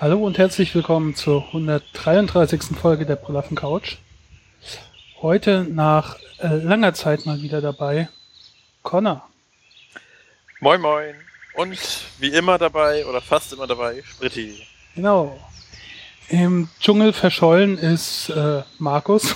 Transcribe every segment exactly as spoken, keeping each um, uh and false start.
Hallo und herzlich willkommen zur hundertdreiunddreißigsten Folge der Brüllaffen Couch. Heute nach äh, langer Zeit mal wieder dabei Connor. Moin moin. Und wie immer dabei, oder fast immer dabei, Spritti. Genau. Im Dschungel verschollen ist äh, Markus.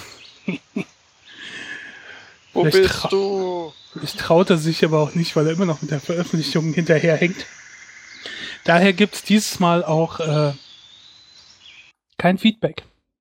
Wo Vielleicht bist tra- du? Vielleicht traut er sich aber auch nicht, weil er immer noch mit der Veröffentlichung hinterherhängt. Daher gibt es dieses Mal auch äh, kein Feedback.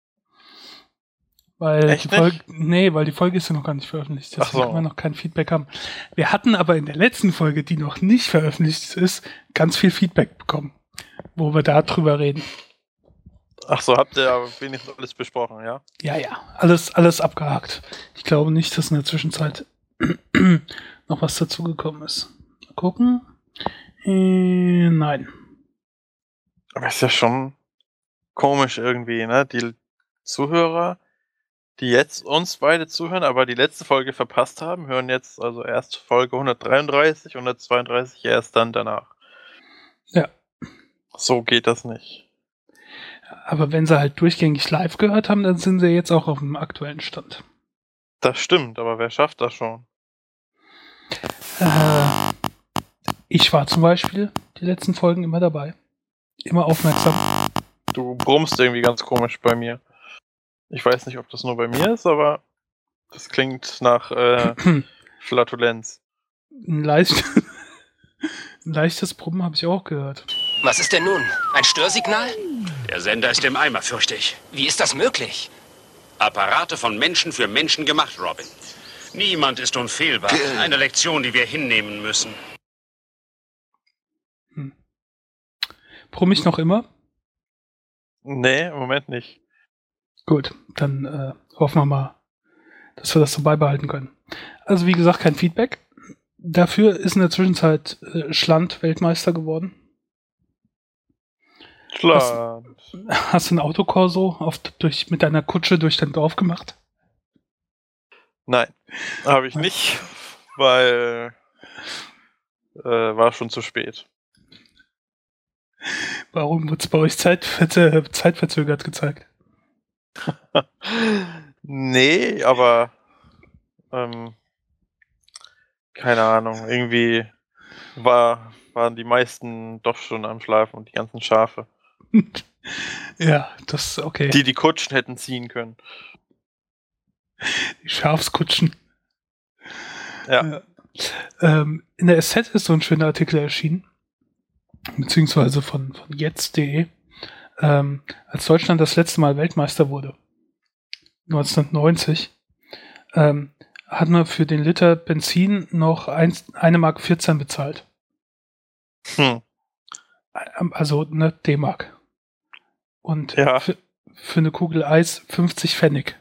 Weil Echt die Folge, nicht? nee, weil die Folge ist ja noch gar nicht veröffentlicht, deswegen Ach so. können wir noch kein Feedback haben. Wir hatten aber in der letzten Folge, die noch nicht veröffentlicht ist, ganz viel Feedback bekommen, wo wir da drüber reden. Ach so, habt ihr aber wenigstens alles besprochen, ja? Ja, ja, alles, alles abgehakt. Ich glaube nicht, dass in der Zwischenzeit noch was dazugekommen ist. Mal gucken. Äh, nein. Aber ist ja schon komisch irgendwie, ne? Die Zuhörer, die jetzt uns beide zuhören, aber die letzte Folge verpasst haben, hören jetzt also erst Folge hundertdreiunddreißig, hundertzweiunddreißig erst dann danach. Ja. So geht das nicht. Aber wenn sie halt durchgängig live gehört haben, dann sind sie jetzt auch auf dem aktuellen Stand. Das stimmt, aber wer schafft das schon? Äh, ich war zum Beispiel die letzten Folgen immer dabei. Immer aufmerksam. Du brummst irgendwie ganz komisch bei mir. Ich weiß nicht, ob das nur bei mir ist, aber das klingt nach äh, Flatulenz. Ein, leicht, ein leichtes Brummen habe ich auch gehört. Was ist denn nun? Ein Störsignal? Der Sender ist im Eimer, fürchte ich. Wie ist das möglich? Apparate von Menschen für Menschen gemacht, Robin. Niemand ist unfehlbar. Eine Lektion, die wir hinnehmen müssen. Hm. Brumm ich noch immer? Nee, im Moment nicht. Gut, dann äh, hoffen wir mal, dass wir das so beibehalten können. Also wie gesagt, kein Feedback. Dafür ist in der Zwischenzeit äh, Schland Weltmeister geworden. Schland. Hast, hast du ein Autokorso auf, durch, mit deiner Kutsche durch dein Dorf gemacht? Nein, habe ich nicht, weil äh, war schon zu spät. Warum wird es bei euch zeitver- zeitverzögert gezeigt? Nee, aber ähm, keine Ahnung, irgendwie war, waren die meisten doch schon am Schlafen und die ganzen Schafe. Ja, das okay. Die die Kutschen hätten ziehen können. Die Schafskutschen. Ja. Ja. Ähm, in der S Z ist so ein schöner Artikel erschienen, beziehungsweise von, von jetzt punkt de, ähm, als Deutschland das letzte Mal Weltmeister wurde, neunzehnhundertneunzig, ähm, hat man für den Liter Benzin noch eine Mark vierzehn bezahlt. Hm. Also eine D-Mark. Und Ja. für, für eine Kugel Eis fünfzig Pfennig.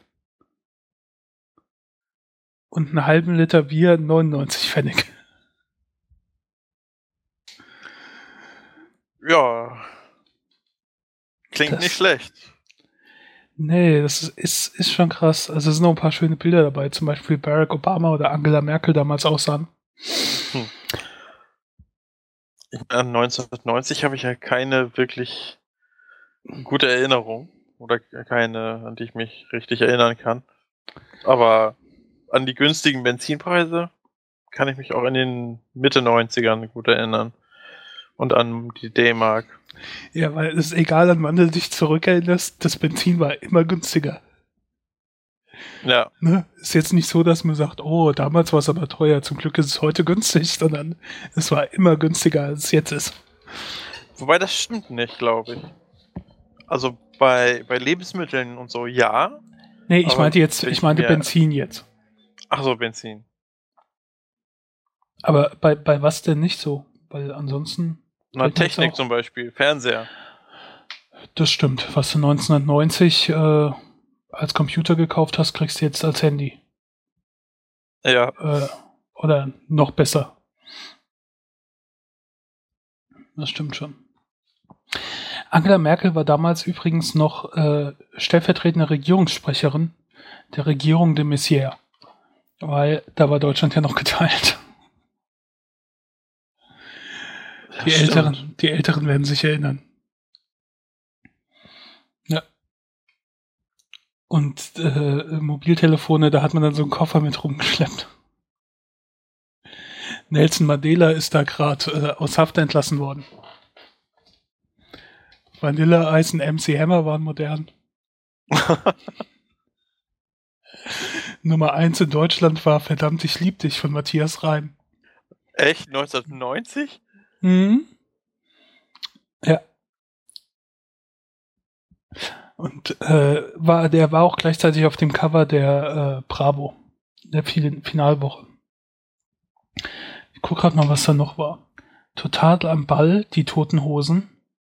Und einen halben Liter Bier neunundneunzig Pfennig. Ja. Klingt Das- nicht schlecht. Nee, das ist, ist, ist schon krass. Also es sind noch ein paar schöne Bilder dabei, zum Beispiel Barack Obama oder Angela Merkel damals aussahen. Hm. An neunzehnhundertneunzig habe ich ja keine wirklich gute Erinnerung oder keine, an die ich mich richtig erinnern kann. Aber an die günstigen Benzinpreise kann ich mich auch in den Mitte neunzigern gut erinnern. Und an die D-Mark. Ja, weil es ist egal, an wann du dich zurückerinnerst, das Benzin war immer günstiger. Ja, Ne? Ist jetzt nicht so, dass man sagt, oh, damals war es aber teuer, zum Glück ist es heute günstig, sondern es war immer günstiger, als es jetzt ist. wobei das stimmt nicht, glaube ich. Also bei, bei Lebensmitteln und so, ja. Nee, ich Aber meinte jetzt, wenn ich ich meinte mir- Benzin jetzt. Ach so, Benzin. Aber bei, bei was denn nicht so? Weil ansonsten. Na, fällt mir jetzt Technik auch- zum Beispiel, Fernseher. Das stimmt. Was du neunzehnhundertneunzig äh, als Computer gekauft hast, kriegst du jetzt als Handy. Ja, Äh, oder noch besser. Das stimmt schon. Angela Merkel war damals übrigens noch äh, stellvertretende Regierungssprecherin der Regierung de Maizière. Weil da war Deutschland ja noch geteilt. Die stimmt. Älteren, die Älteren werden sich erinnern. Ja. Und äh, Mobiltelefone, da hat man dann so einen Koffer mit rumgeschleppt. Nelson Mandela ist da gerade äh, aus Haft entlassen worden. Vanilla Ice und M C Hammer waren modern. Nummer eins in Deutschland war Verdammt, ich lieb dich von Matthias Reim. Echt? neunzehnhundertneunzig? Mhm. Ja. Und äh, war, der war auch gleichzeitig auf dem Cover der äh, Bravo, der Fin- Finalwoche. Ich guck grad mal, was da noch war. Total am Ball, die Toten Hosen.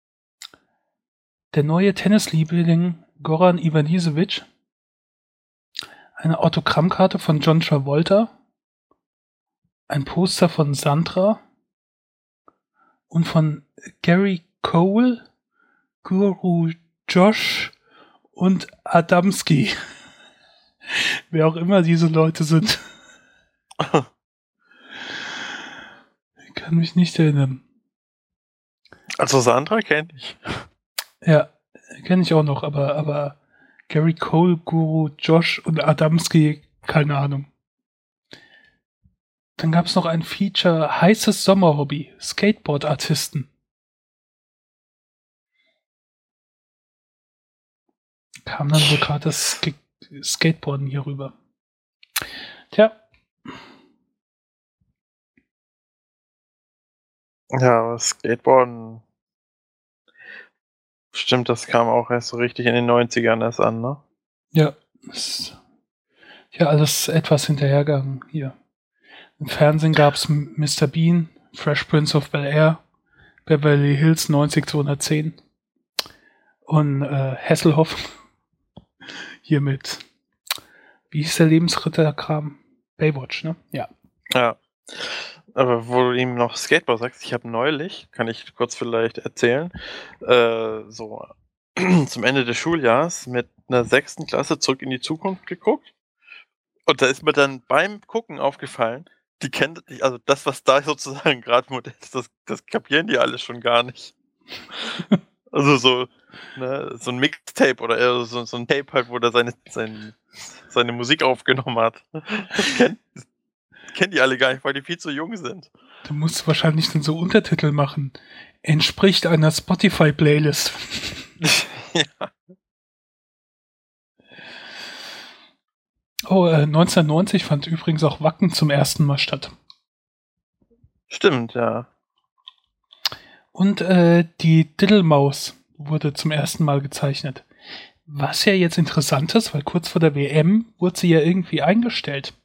Der neue Tennisliebling Goran Ivanisevic. Eine Autogrammkarte von John Travolta. Ein Poster von Sandra. Und von Gary Cole, Guru Josh und Adamski. Wer auch immer diese Leute sind. Ich kann mich nicht erinnern. Also Sandra kenne ich. Ja, kenne ich auch noch, aber, aber Gary Cole, Guru Josh und Adamski, keine Ahnung. Dann gab es noch ein Feature, heißes Sommerhobby, Skateboard-Artisten. Kam dann wohl gerade das Sk- Skateboarden hier rüber. Tja. Ja, aber Skateboarden. Stimmt, das kam auch erst so richtig in den neunzigern erst an, ne? Ja, ist ja alles etwas hinterhergegangen hier. Im Fernsehen gab es Mister Bean, Fresh Prince of Bel-Air, Beverly Hills neunzig zweihundertzehn und äh, Hasselhoff hier mit, wie hieß der Lebensritterkram? Baywatch, ne? Ja. Ja. Aber wo du ihm noch Skateboard sagst, ich habe neulich, kann ich kurz vielleicht erzählen, äh, so zum Ende des Schuljahres mit einer sechsten Klasse zurück in die Zukunft geguckt. Und da ist mir dann beim Gucken aufgefallen, die kennen, die, also das, was da sozusagen gerade modern ist, das, das kapieren die alle schon gar nicht. Also so, ne, so ein Mixtape oder eher so, so ein Tape halt, wo der seine, seine, seine Musik aufgenommen hat. Das kennen, das kennen die alle gar nicht, weil die viel zu jung sind. Du musst wahrscheinlich dann so Untertitel machen. Entspricht einer Spotify-Playlist. Ja. Oh, äh, neunzehnhundertneunzig fand übrigens auch Wacken zum ersten Mal statt. Stimmt, ja. Und äh, die Diddlemaus wurde zum ersten Mal gezeichnet. Was ja jetzt interessant ist, weil kurz vor der W M wurde sie ja irgendwie eingestellt.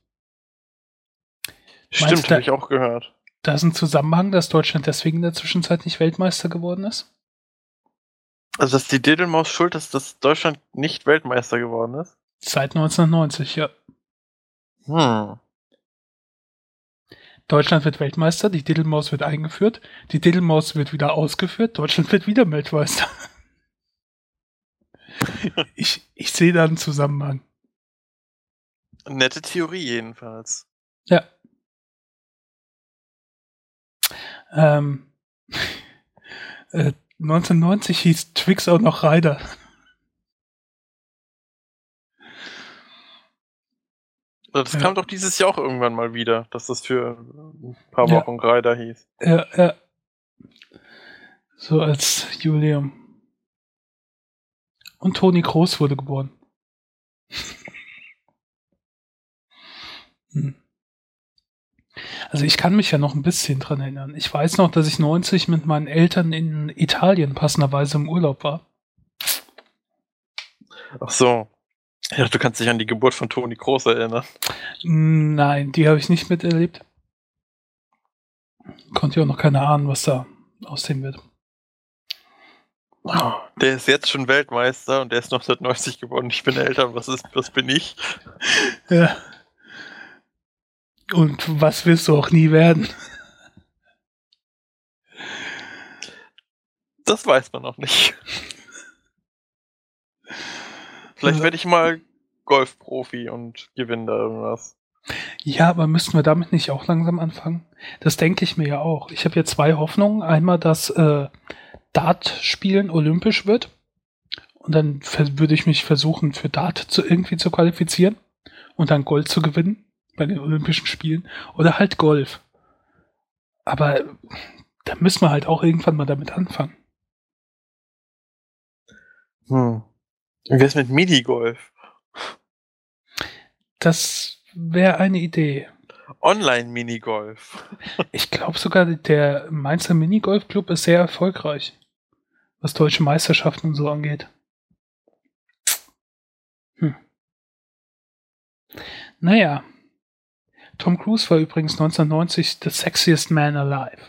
Stimmt, habe ich auch gehört. Da ist ein Zusammenhang, dass Deutschland deswegen in der Zwischenzeit nicht Weltmeister geworden ist? Also, dass die Diddlemaus schuld ist, dass Deutschland nicht Weltmeister geworden ist? Seit neunzehnhundertneunzig, ja. Hm. Deutschland wird Weltmeister, die Diddlemaus wird eingeführt, die Diddlemaus wird wieder ausgeführt, Deutschland wird wieder Weltmeister. ich, ich sehe da einen Zusammenhang. Nette Theorie jedenfalls. Ja. Ähm, äh, neunzehnhundertneunzig hieß Twix auch noch Ryder. Das Ja. kam doch dieses Jahr auch irgendwann mal wieder, dass das für ein paar Ja. Wochen Rider hieß. Ja, ja. So als Jubiläum. Und Toni Kroos wurde geboren. hm. Also ich kann mich ja noch ein bisschen dran erinnern. Ich weiß noch, dass ich neunzig mit meinen Eltern in Italien passenderweise im Urlaub war. Ach so. Ja, du kannst dich an die Geburt von Toni Kroos erinnern. Nein, die habe ich nicht miterlebt. Konnte ja auch noch keine Ahnung, was da aussehen wird. Der ist jetzt schon Weltmeister und der ist neunzehnhundertneunzig geboren. Ich bin älter. Was ist, was bin ich? Ja. Und was wirst du auch nie werden? Das weiß man noch nicht. Vielleicht werde ich mal Golfprofi und gewinne da irgendwas. Ja, aber müssten wir damit nicht auch langsam anfangen? Das denke ich mir ja auch. Ich habe hier zwei Hoffnungen. Einmal, dass äh, Dart-Spielen olympisch wird. Und dann ver- würde ich mich versuchen, für Dart zu irgendwie zu qualifizieren und dann Gold zu gewinnen bei den Olympischen Spielen. Oder halt Golf. Aber da müssen wir halt auch irgendwann mal damit anfangen. Hm. Wie wär's mit Minigolf? Das wäre eine Idee. Online-Minigolf. Ich glaube sogar, der Mainzer Minigolf-Club ist sehr erfolgreich, was deutsche Meisterschaften und so angeht. Hm. Naja. Tom Cruise war übrigens neunzehnhundertneunzig the sexiest man alive.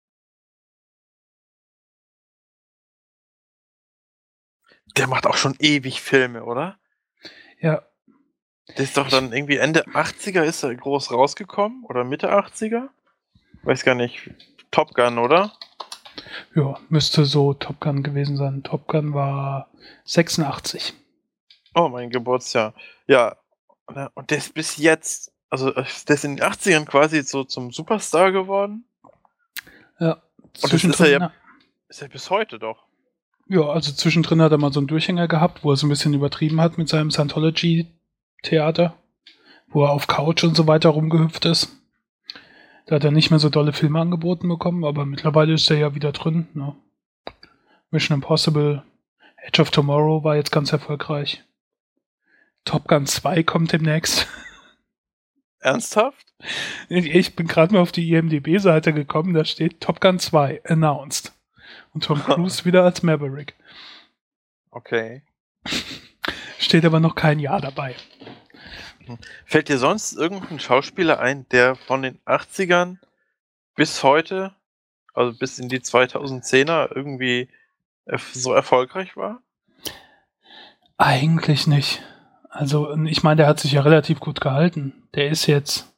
Der macht auch schon ewig Filme, oder? Ja. Der ist doch dann irgendwie Ende achtziger ist er groß rausgekommen? Oder Mitte achtziger? Weiß gar nicht. Top Gun, oder? Ja, müsste so Top Gun gewesen sein. Top Gun war sechsundachtzig. Oh, mein Geburtsjahr. Ja. Und der ist bis jetzt, also der ist in den achtzigern quasi so zum Superstar geworden. Ja. Und das ist er ja, na- ist er bis heute doch. ja, also zwischendrin hat er mal so einen Durchhänger gehabt, wo er so ein bisschen übertrieben hat mit seinem Scientology-Theater, wo er auf Couch und so weiter rumgehüpft ist. Da hat er nicht mehr so dolle Filme angeboten bekommen, aber mittlerweile ist er ja wieder drin. Ne? Mission Impossible, Edge of Tomorrow war jetzt ganz erfolgreich. Top Gun zwei kommt demnächst. Ernsthaft? Ich bin gerade mal auf die I M D B-Seite gekommen, da steht Top Gun zwei, announced. Und Tom Cruise wieder als Maverick. Okay. Steht aber noch kein Jahr dabei. Fällt dir sonst irgendein Schauspieler ein, der von den achtzigern bis heute, also bis in die zweitausendzehner irgendwie erf- so erfolgreich war? Eigentlich nicht. Also, ich meine, der hat sich ja relativ gut gehalten. Der ist jetzt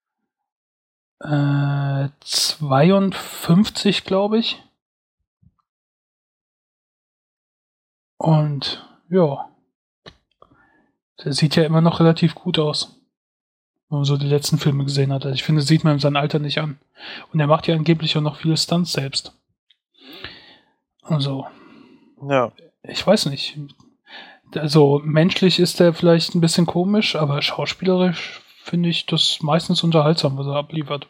äh, zweiundfünfzig, glaube ich. Und ja, der sieht ja immer noch relativ gut aus, wenn man so die letzten Filme gesehen hat. Also ich finde, das sieht man ihm sein Alter nicht an. Und er macht ja angeblich auch noch viele Stunts selbst. Also, Ja. ich weiß nicht. Also, menschlich ist er vielleicht ein bisschen komisch, aber schauspielerisch finde ich das meistens unterhaltsam, was er abliefert.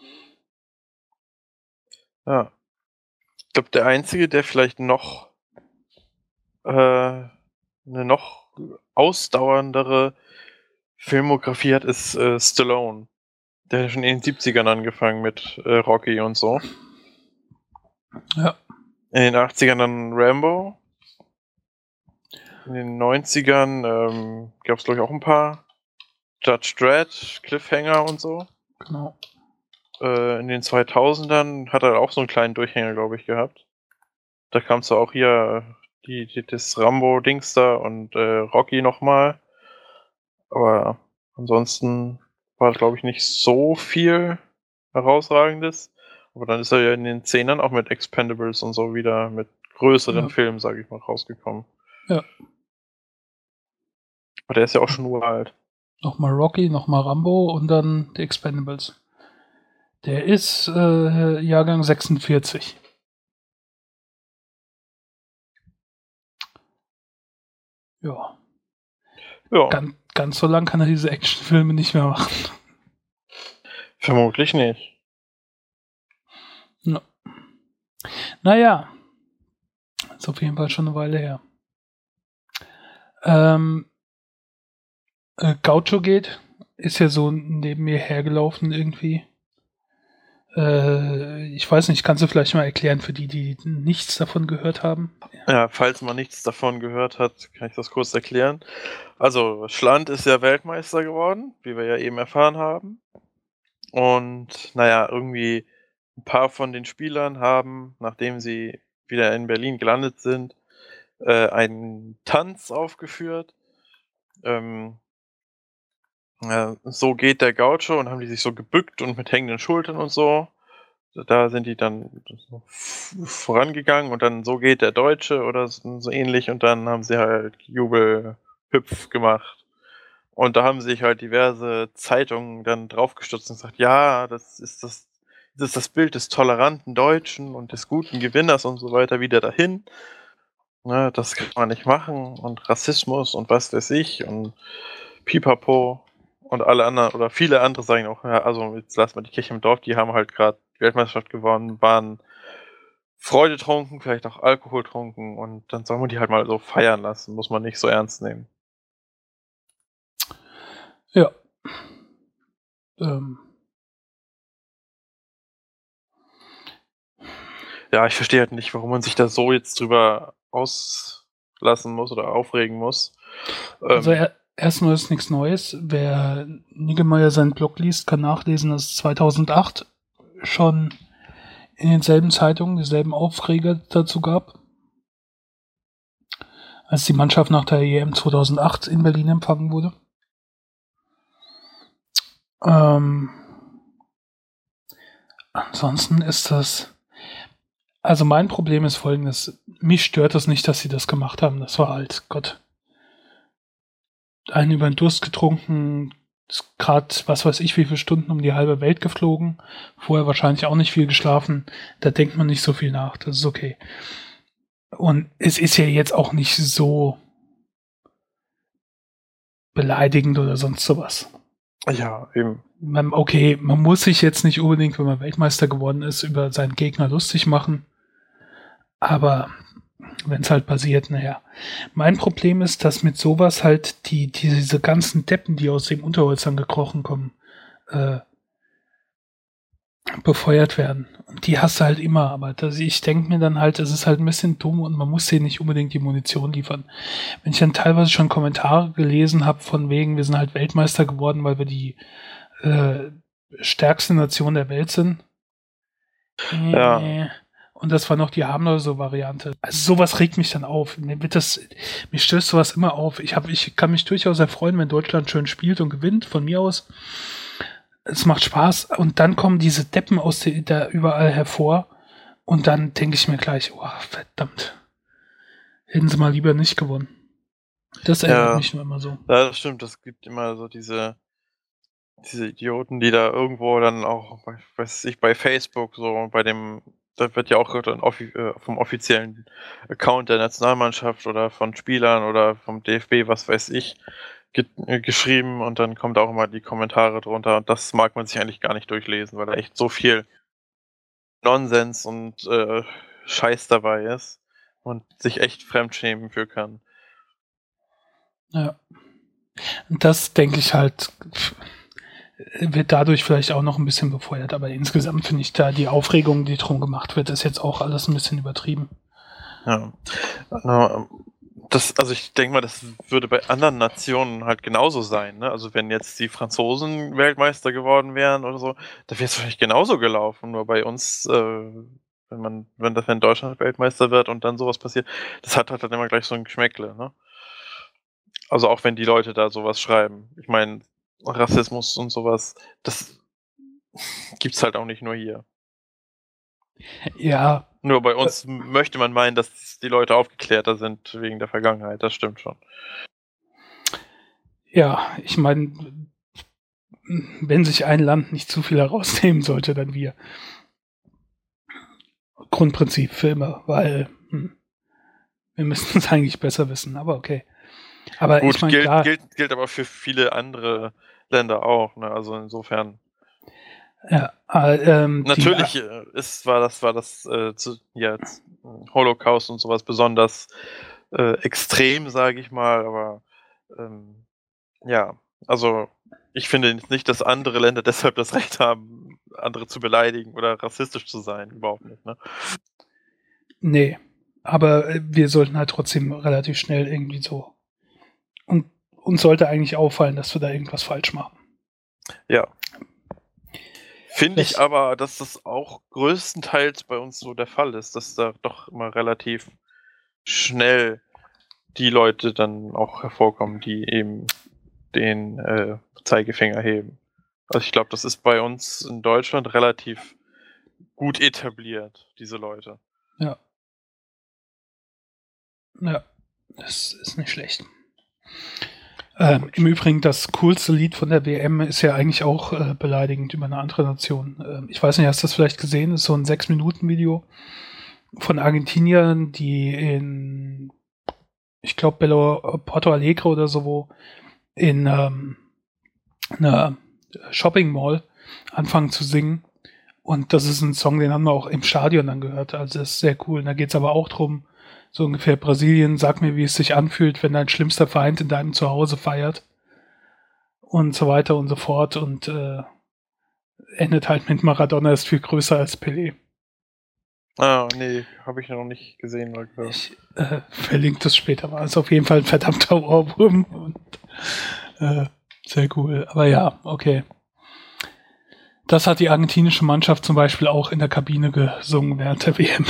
Ja. Ich glaube, der Einzige, der vielleicht noch äh, eine noch ausdauerndere Filmografie hat, ist äh, Stallone. Der hat ja schon in den siebzigern angefangen mit äh, Rocky und so. Ja. In den achtzigern dann Rambo. In den neunzigern ähm, gab es, glaube ich, auch ein paar. Judge Dredd, Cliffhanger und so. Genau. Äh, in den zweitausendern hat er auch so einen kleinen Durchhänger, glaube ich, gehabt. Da kam zwar auch hier die, die, das Rambo-Dings da und äh, Rocky nochmal. Aber ansonsten war, glaube ich, nicht so viel Herausragendes. Aber dann ist er ja in den Zehnern auch mit Expendables und so wieder mit größeren Ja. Filmen, sage ich mal, rausgekommen. Ja. Aber der ist ja auch schon uralt. Nochmal Rocky, nochmal Rambo und dann die Expendables. Der ist äh, Jahrgang sechsundvierzig. Ja. Ja, Ganz, ganz so lang kann er diese Actionfilme nicht mehr machen. vermutlich nicht. Ja. Naja. Ist auf jeden Fall schon eine Weile her. Ähm, äh, Gaucho geht, ist ja so neben mir hergelaufen irgendwie. Äh, ich weiß nicht, kannst du vielleicht mal erklären für die, die nichts davon gehört haben? Ja, falls man nichts davon gehört hat, kann ich das kurz erklären. Also, Schland ist ja Weltmeister geworden, wie wir ja eben erfahren haben. Und naja, irgendwie ein paar von den Spielern haben, nachdem sie wieder in Berlin gelandet sind, äh, einen Tanz aufgeführt. Ähm, ja, so geht der Gaucho und haben die sich so gebückt und mit hängenden Schultern und so. Da sind die dann f- vorangegangen und dann so geht der Deutsche oder so so ähnlich und dann haben sie halt Jubelhüpf gemacht. Und da haben sich halt diverse Zeitungen dann draufgestürzt und gesagt, ja, das ist das, das ist das Bild des toleranten Deutschen und des guten Gewinners und so weiter wieder dahin. Ne, das kann man nicht machen und Rassismus und was weiß ich und Pipapo und alle anderen oder viele andere sagen auch, ja, also jetzt lassen wir die Kirche im Dorf, die haben halt gerade die Weltmeisterschaft gewonnen, waren freudetrunken, vielleicht auch alkoholtrunken und dann soll man die halt mal so feiern lassen, muss man nicht so ernst nehmen. Ja. Ähm. Ja, ich verstehe halt nicht, warum man sich da so jetzt drüber auslassen muss oder aufregen muss. Also Ähm, er, erstmal ist nichts Neues. Wer Niggemeier seinen Blog liest, kann nachlesen, dass es zweitausendacht schon in denselben Zeitungen dieselben Aufreger dazu gab, als die Mannschaft nach der E M zweitausendacht in Berlin empfangen wurde. Ähm, ansonsten ist das... Also mein Problem ist folgendes. Mich stört das nicht, dass sie das gemacht haben. Das war halt, Gott. Einen über den Durst getrunken, gerade, was weiß ich, wie viele Stunden um die halbe Welt geflogen. Vorher wahrscheinlich auch nicht viel geschlafen. Da denkt man nicht so viel nach. Das ist okay. Und es ist ja jetzt auch nicht so beleidigend oder sonst sowas. ja, eben. Man, okay, man muss sich jetzt nicht unbedingt, wenn man Weltmeister geworden ist, über seinen Gegner lustig machen. Aber wenn es halt passiert, naja. Mein Problem ist, dass mit sowas halt die, die diese ganzen Deppen, die aus dem Unterholzern gekrochen kommen, äh, befeuert werden. Und die hast du halt immer. Aber das, ich denke mir dann halt, es ist halt ein bisschen dumm und man muss denen nicht unbedingt die Munition liefern. Wenn ich dann teilweise schon Kommentare gelesen habe von wegen, wir sind halt Weltmeister geworden, weil wir die äh, stärkste Nation der Welt sind. Äh, Ja. Und das war noch die harmlose Variante. Also sowas regt mich dann auf. Mir wird das, mich stößt sowas immer auf. Ich hab, ich kann mich durchaus erfreuen, wenn Deutschland schön spielt und gewinnt, von mir aus. Es macht Spaß. Und dann kommen diese Deppen aus der, da überall hervor. Und dann denke ich mir gleich, oh, verdammt. Hätten sie mal lieber nicht gewonnen. Das ärgert Ja. mich nur immer so. Ja, das stimmt. Es gibt immer so diese, diese Idioten, die da irgendwo dann auch, bei- weiß ich, bei Facebook so, bei dem, da wird ja auch dann offi äh, vom offiziellen Account der Nationalmannschaft oder von Spielern oder vom D F B, was weiß ich, ge äh, geschrieben und dann kommt auch immer die Kommentare drunter und das mag man sich eigentlich gar nicht durchlesen, weil da echt so viel Nonsens und äh, Scheiß dabei ist und sich echt fremdschämen für kann. Ja. Und das denke ich halt, pff, wird dadurch vielleicht auch noch ein bisschen befeuert, aber insgesamt finde ich da die Aufregung, die drum gemacht wird, ist jetzt auch alles ein bisschen übertrieben. Ja. Na, Das, also ich denke mal, das würde bei anderen Nationen halt genauso sein. Ne? Also wenn jetzt die Franzosen Weltmeister geworden wären oder so, da wäre es wahrscheinlich genauso gelaufen. Nur bei uns, äh, wenn man, wenn das, wenn Deutschland Weltmeister wird und dann sowas passiert, das hat halt dann immer gleich so ein Geschmäckle. Ne? Also auch wenn die Leute da sowas schreiben. Ich meine, Rassismus und sowas, das gibt's halt auch nicht nur hier. Ja. Nur bei uns äh, möchte man meinen, dass die Leute aufgeklärter sind wegen der Vergangenheit. Das stimmt schon. Ja, ich meine, wenn sich ein Land nicht zu viel herausnehmen sollte, dann wir. Grundprinzip für immer, weil hm, wir müssen es eigentlich besser wissen, aber okay. Aber Gut, ich mein, gilt, klar, gilt, gilt aber für viele andere Länder auch. Ne? Also insofern. Ja, äh, ähm, Natürlich die, äh, ist, war das, war das äh, zu, ja, Holocaust und sowas besonders äh, extrem, sage ich mal, aber ähm, ja, also ich finde nicht, dass andere Länder deshalb das Recht haben, andere zu beleidigen oder rassistisch zu sein, überhaupt nicht. Ne? Nee, aber wir sollten halt trotzdem relativ schnell irgendwie so. Und uns sollte eigentlich auffallen, dass wir da irgendwas falsch machen. Ja. Finde ich Das- aber, dass das auch größtenteils bei uns so der Fall ist, dass da doch immer relativ schnell die Leute dann auch hervorkommen, die eben den äh, Zeigefinger heben. Also ich glaube, das ist bei uns in Deutschland relativ gut etabliert, diese Leute. Ja. Ja, das ist nicht schlecht. Ähm, Im Übrigen, das coolste Lied von der W M ist ja eigentlich auch äh, beleidigend über eine andere Nation. Ähm, ich weiß nicht, hast du das vielleicht gesehen? Das ist so ein sechs Minuten Video. von Argentiniern, die in, ich glaube, Belo Porto Alegre oder so, wo in ähm, einer Shopping Mall anfangen zu singen. Und das ist ein Song, den haben wir auch im Stadion dann gehört. Also das ist sehr cool. Und da geht es aber auch drum, so ungefähr Brasilien, sag mir, wie es sich anfühlt, wenn dein schlimmster Feind in deinem Zuhause feiert. Und so weiter und so fort. Und äh, endet halt mit Maradona ist viel größer als Pelé. Ah, nee, habe ich noch nicht gesehen. Oder gehört. Ich äh, verlinke das später mal. Ist auf jeden Fall ein verdammter Ohrwurm. Und, äh, sehr cool. Aber ja, okay. Das hat die argentinische Mannschaft zum Beispiel auch in der Kabine gesungen während der W M.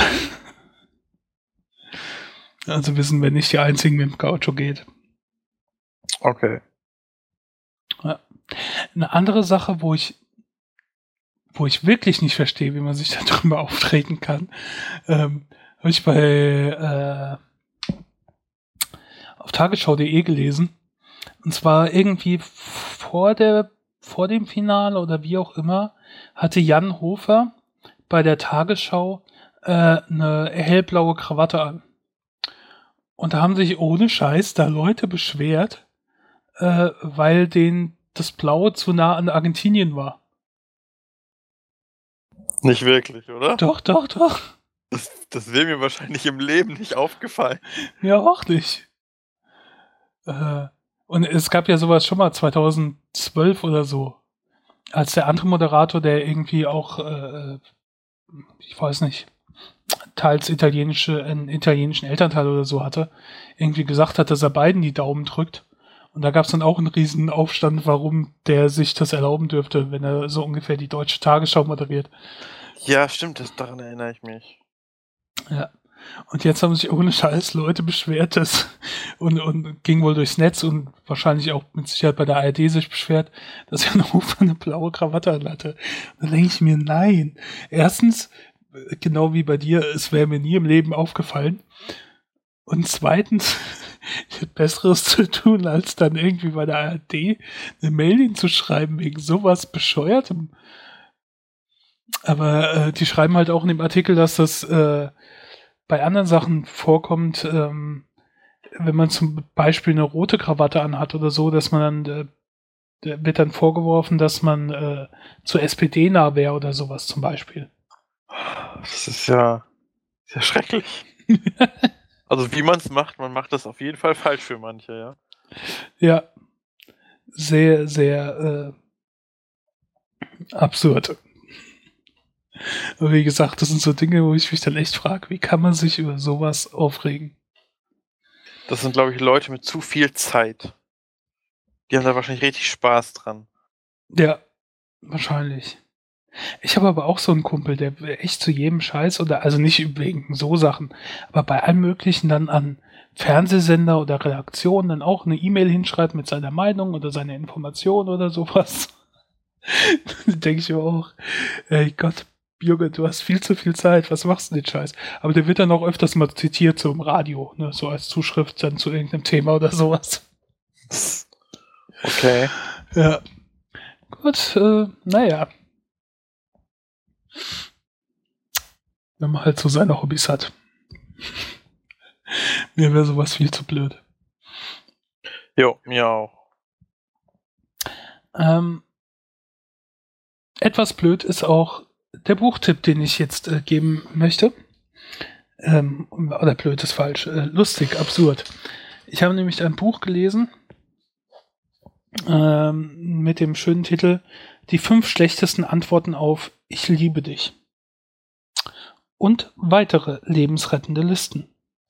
Also wissen wir nicht die einzigen, mit dem Gaucho geht. Okay. Ja. Eine andere Sache, wo ich wo ich wirklich nicht verstehe, wie man sich darüber auftreten kann, ähm, habe ich bei äh, auf tagesschau punkt de gelesen. Und zwar irgendwie vor der vor dem Finale oder wie auch immer, hatte Jan Hofer bei der Tagesschau äh, eine hellblaue Krawatte an. Und da haben sich ohne Scheiß da Leute beschwert, äh, weil denen das Blaue zu nah an Argentinien war. Nicht wirklich, oder? Doch, doch, doch. Das, das wäre mir wahrscheinlich im Leben nicht aufgefallen. Mir auch nicht. Äh, und es gab ja sowas schon mal zweitausendzwölf oder so, als der andere Moderator, der irgendwie auch, äh, ich weiß nicht, teils italienische, einen italienischen Elternteil oder so hatte, irgendwie gesagt hat, dass er beiden die Daumen drückt. Und da gab es dann auch einen riesen Aufstand, warum der sich das erlauben dürfte, wenn er so ungefähr die deutsche Tagesschau moderiert. Ja, stimmt, das, daran erinnere ich mich. Ja. Und jetzt haben sich ohne Scheiß Leute beschwert, dass, und, und ging wohl durchs Netz und wahrscheinlich auch mit Sicherheit bei der A R D sich beschwert, dass Jan Hofer eine blaue Krawatte anhatte. Und dann denke ich mir, nein. Erstens, genau wie bei dir, es wäre mir nie im Leben aufgefallen. Und zweitens, ich hätte Besseres zu tun, als dann irgendwie bei der A R D eine Mail hinzuschreiben wegen sowas Bescheuertem. Aber äh, die schreiben halt auch in dem Artikel, dass das äh, bei anderen Sachen vorkommt, ähm, wenn man zum Beispiel eine rote Krawatte anhat oder so, dass man dann, äh, wird dann vorgeworfen, dass man äh, zur S P D nah wäre oder sowas zum Beispiel. Das ist ja sehr schrecklich. Also wie man es macht, man macht das auf jeden Fall falsch für manche, ja. Ja, sehr, sehr äh, absurd. Aber wie gesagt, das sind so Dinge, wo ich mich dann echt frage, wie kann man sich über sowas aufregen? Das sind, glaube ich, Leute mit zu viel Zeit. Die haben da wahrscheinlich richtig Spaß dran. Ja, wahrscheinlich. Ich habe aber auch so einen Kumpel, der echt zu jedem Scheiß, oder also nicht wegen so Sachen, aber bei allem Möglichen dann an Fernsehsender oder Redaktionen dann auch eine E-Mail hinschreibt mit seiner Meinung oder seiner Information oder sowas. Da denke ich mir auch, ey Gott, Junge, du hast viel zu viel Zeit, was machst du denn Scheiß? Aber der wird dann auch öfters mal zitiert so im Radio, ne, so als Zuschrift dann zu irgendeinem Thema oder sowas. Okay. Ja. Gut, äh, naja. Wenn man halt so seine Hobbys hat. Mir wäre sowas viel zu blöd. Jo, mir auch. Ähm, etwas blöd ist auch der Buchtipp, den ich jetzt äh, geben möchte. Ähm, oder blöd ist falsch. Äh, lustig, absurd. Ich habe nämlich ein Buch gelesen ähm, mit dem schönen Titel Die fünf schlechtesten Antworten auf Ich liebe dich. Und weitere lebensrettende Listen.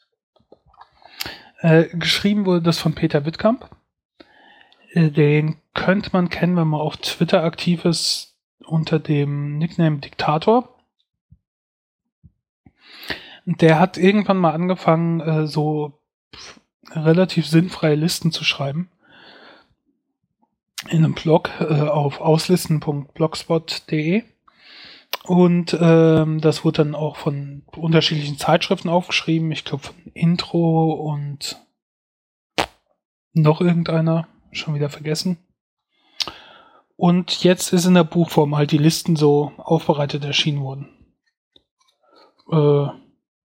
Äh, geschrieben wurde das von Peter Wittkamp. Äh, den könnte man kennen, wenn man auf Twitter aktiv ist, unter dem Nickname Diktator. Der hat irgendwann mal angefangen, äh, so relativ sinnfreie Listen zu schreiben. In einem Blog äh, auf auslisten punkt blogspot punkt de. Und ähm, das wurde dann auch von unterschiedlichen Zeitschriften aufgeschrieben. Ich glaube von Intro und noch irgendeiner. Schon wieder vergessen. Und jetzt ist in der Buchform halt die Listen so aufbereitet erschienen worden. Äh,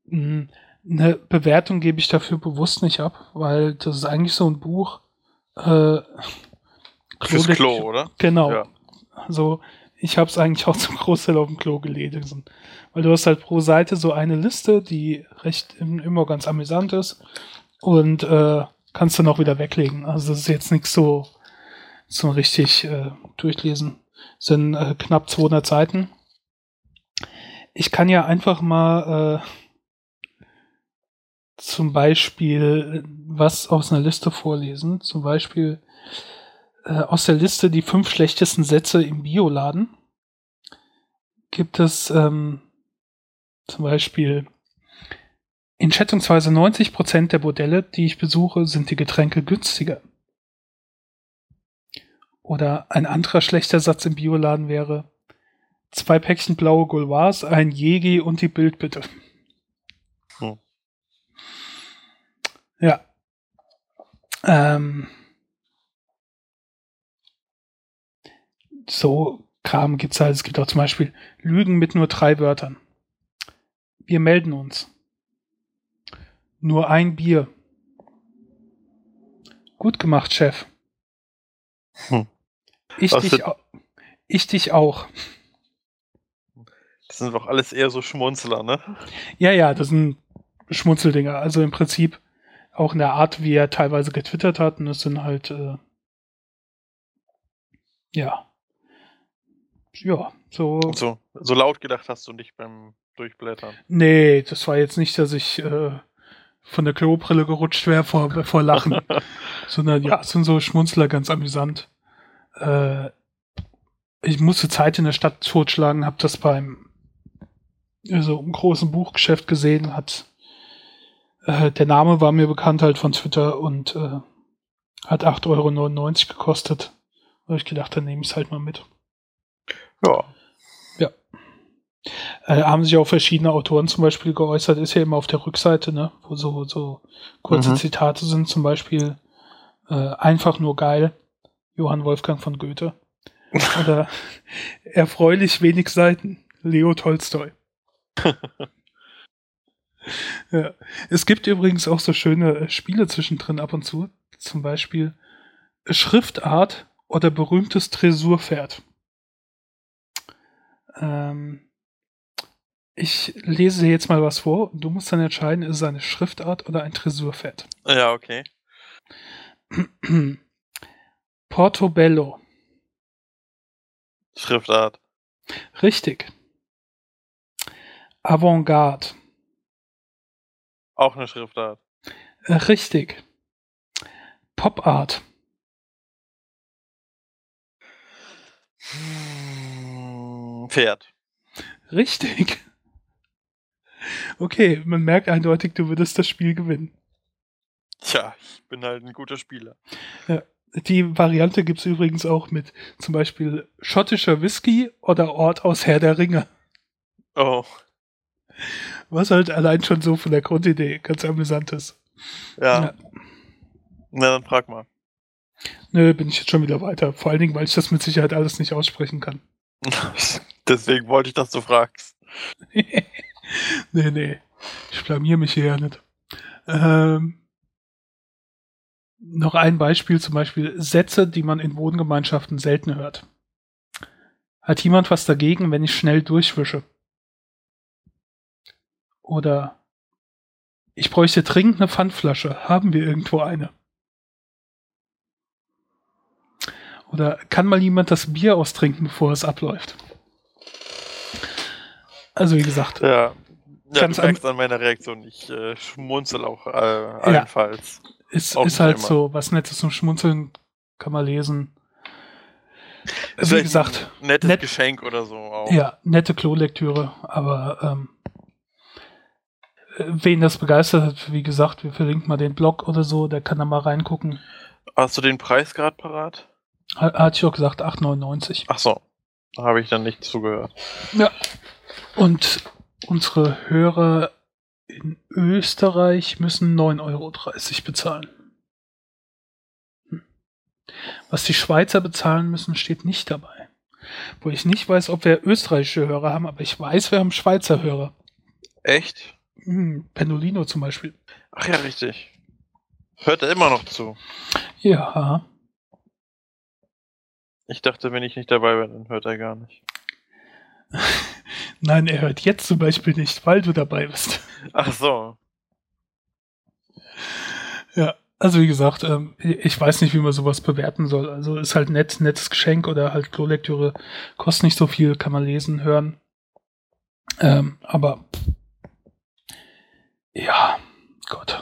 Mh, eine Bewertung gebe ich dafür bewusst nicht ab, weil das ist eigentlich so ein Buch. Äh, Fürs Klo- Klo, oder? Genau. Ja. Also ich habe es eigentlich auch zum Großteil auf dem Klo gelesen. Weil du hast halt pro Seite so eine Liste, die recht immer ganz amüsant ist und äh, kannst dann auch wieder weglegen. Also das ist jetzt nichts so, so richtig äh, durchlesen. Das sind äh, knapp zweihundert Seiten. Ich kann ja einfach mal äh, zum Beispiel was aus einer Liste vorlesen. Zum Beispiel äh, aus der Liste die fünf schlechtesten Sätze im Bioladen gibt es ähm, zum Beispiel in schätzungsweise neunzig Prozent der Bordelle, die ich besuche, sind die Getränke günstiger. Oder ein anderer schlechter Satz im Bioladen wäre: Zwei Päckchen blaue Gauloise, ein Jägi und die Bild bitte. Hm. Ja. Ähm. So Kram gibt's halt. Es gibt auch zum Beispiel Lügen mit nur drei Wörtern. Wir melden uns. Nur ein Bier. Gut gemacht, Chef. Hm. Ich Was dich, für- au- ich dich auch. Das sind doch alles eher so Schmunzler, ne? Ja, ja, das sind Schmunzeldinger. Also im Prinzip auch in der Art, wie er teilweise getwittert hat. Und das sind halt, äh, ja. Ja, so. So, so laut gedacht hast du nicht beim Durchblättern. Nee, das war jetzt nicht, dass ich äh, von der Klobrille gerutscht wäre vor, vor Lachen. Sondern ja, es sind so Schmunzler, ganz amüsant. Äh, ich musste Zeit in der Stadt totschlagen, hab das beim so einem großen Buchgeschäft gesehen, hat äh, der Name war mir bekannt halt von Twitter und äh, hat acht Euro neunundneunzig gekostet. Da habe ich gedacht, dann nehme ich es halt mal mit. Ja. Ja. Äh, haben sich auch verschiedene Autoren zum Beispiel geäußert, ist ja immer auf der Rückseite, ne, wo so, so kurze Mhm. Zitate sind, zum Beispiel äh, einfach nur geil, Johann Wolfgang von Goethe. Oder erfreulich wenig Seiten, Leo Tolstoi. Ja. Es gibt übrigens auch so schöne äh, Spiele zwischendrin ab und zu, zum Beispiel Schriftart oder berühmtes Tresurpferd. Ähm, ich lese dir jetzt mal was vor und du musst dann entscheiden, ist es eine Schriftart oder ein Tresurpferd. Ja, okay. Portobello. Schriftart. Richtig. Avantgarde. Auch eine Schriftart. Äh, richtig. Popart. Hm, Pferd. Richtig. Okay, man merkt eindeutig, du würdest das Spiel gewinnen. Tja, ich bin halt ein guter Spieler. Die Variante gibt es übrigens auch mit zum Beispiel schottischer Whisky oder Ort aus Herr der Ringe. Oh, Was halt allein schon so von der Grundidee ganz amüsant ist. ja. Ja. Na, dann frag mal. Nö, bin ich jetzt schon wieder weiter. Vor allen Dingen, weil ich das mit Sicherheit alles nicht aussprechen kann. Deswegen wollte ich, dass du fragst. nee, nee. Ich blamier mich hier ja nicht. Ähm, noch ein Beispiel, zum Beispiel Sätze, die man in Wohngemeinschaften selten hört. Hat jemand was dagegen, wenn ich schnell durchwische? Oder ich bräuchte dringend eine Pfandflasche. Haben wir irgendwo eine? Oder kann mal jemand das Bier austrinken, bevor es abläuft? Also wie gesagt, Ja, ja Ganz du merkst an meiner Reaktion, ich äh, schmunzel auch äh, allenfalls. ist, auch ist nicht halt immer. so was Nettes zum Schmunzeln, kann man lesen. Wie Vielleicht gesagt, ein nettes nett- Geschenk oder so auch. ja, nette Klolektüre, aber ähm, äh, wen das begeistert hat, wie gesagt, wir verlinken mal den Blog oder so, der kann da mal reingucken. Hast du den Preis gerade parat? Hat, hat ich auch gesagt, acht neunundneunzig. Ach so, da habe ich dann nicht zugehört. Ja. Und unsere Hörer in Österreich müssen neun Euro dreißig bezahlen. Hm. Was die Schweizer bezahlen müssen, steht nicht dabei. Wo ich nicht weiß, ob wir österreichische Hörer haben, aber ich weiß, wir haben Schweizer Hörer. Echt? Hm, Pendolino zum Beispiel. Ach ja, richtig. Hört er immer noch zu? Ja. Ich dachte, wenn ich nicht dabei bin, dann hört er gar nicht. Nein, er hört jetzt zum Beispiel nicht, weil du dabei bist. Ach so. Ja, also wie gesagt, ähm, ich weiß nicht, wie man sowas bewerten soll. Also ist halt nett, nettes Geschenk oder halt Klolektüre, kostet nicht so viel, kann man lesen, hören. Ähm, aber ja, Gott.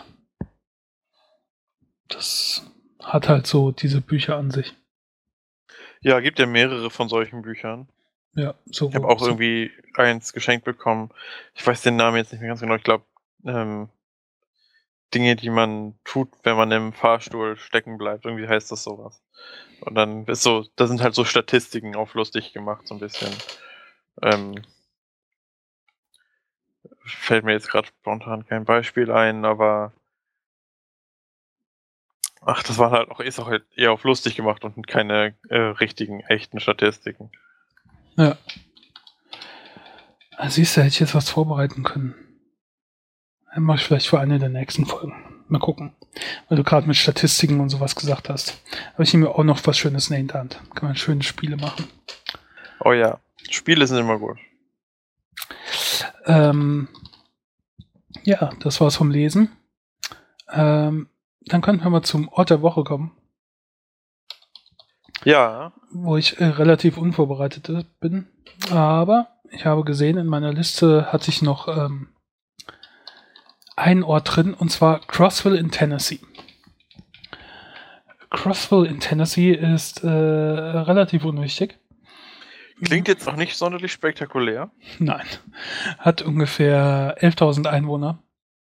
Das hat halt so diese Bücher an sich. Ja, gibt ja mehrere von solchen Büchern. Ja, so. Ich habe auch irgendwie eins geschenkt bekommen. Ich weiß den Namen jetzt nicht mehr ganz genau. Ich glaube, ähm, Dinge, die man tut, wenn man im Fahrstuhl stecken bleibt. Irgendwie heißt das sowas. Und dann ist so, da sind halt so Statistiken auf lustig gemacht, so ein bisschen. Ähm, fällt mir jetzt gerade spontan kein Beispiel ein, aber ach, das war halt auch, ist auch halt eher auf lustig gemacht und keine äh, richtigen, echten Statistiken. Ja. Ah, siehst du, hätte ich jetzt was vorbereiten können. Dann mach ich vielleicht für eine der nächsten Folgen. Mal gucken. Weil du gerade mit Statistiken und sowas gesagt hast. Habe ich mir auch noch was Schönes in der Hinterhand. Kann man schöne Spiele machen. Oh ja, Spiele sind immer gut. Ähm, ja, das war's vom Lesen. Ähm, dann könnten wir mal zum Ort der Woche kommen. Ja. Wo ich äh, relativ unvorbereitet bin. Aber ich habe gesehen, in meiner Liste hatte ich noch ähm, einen Ort drin, und zwar Crossville in Tennessee. Crossville in Tennessee ist äh, relativ unwichtig. Klingt jetzt auch nicht sonderlich spektakulär. Nein. Hat ungefähr elftausend Einwohner.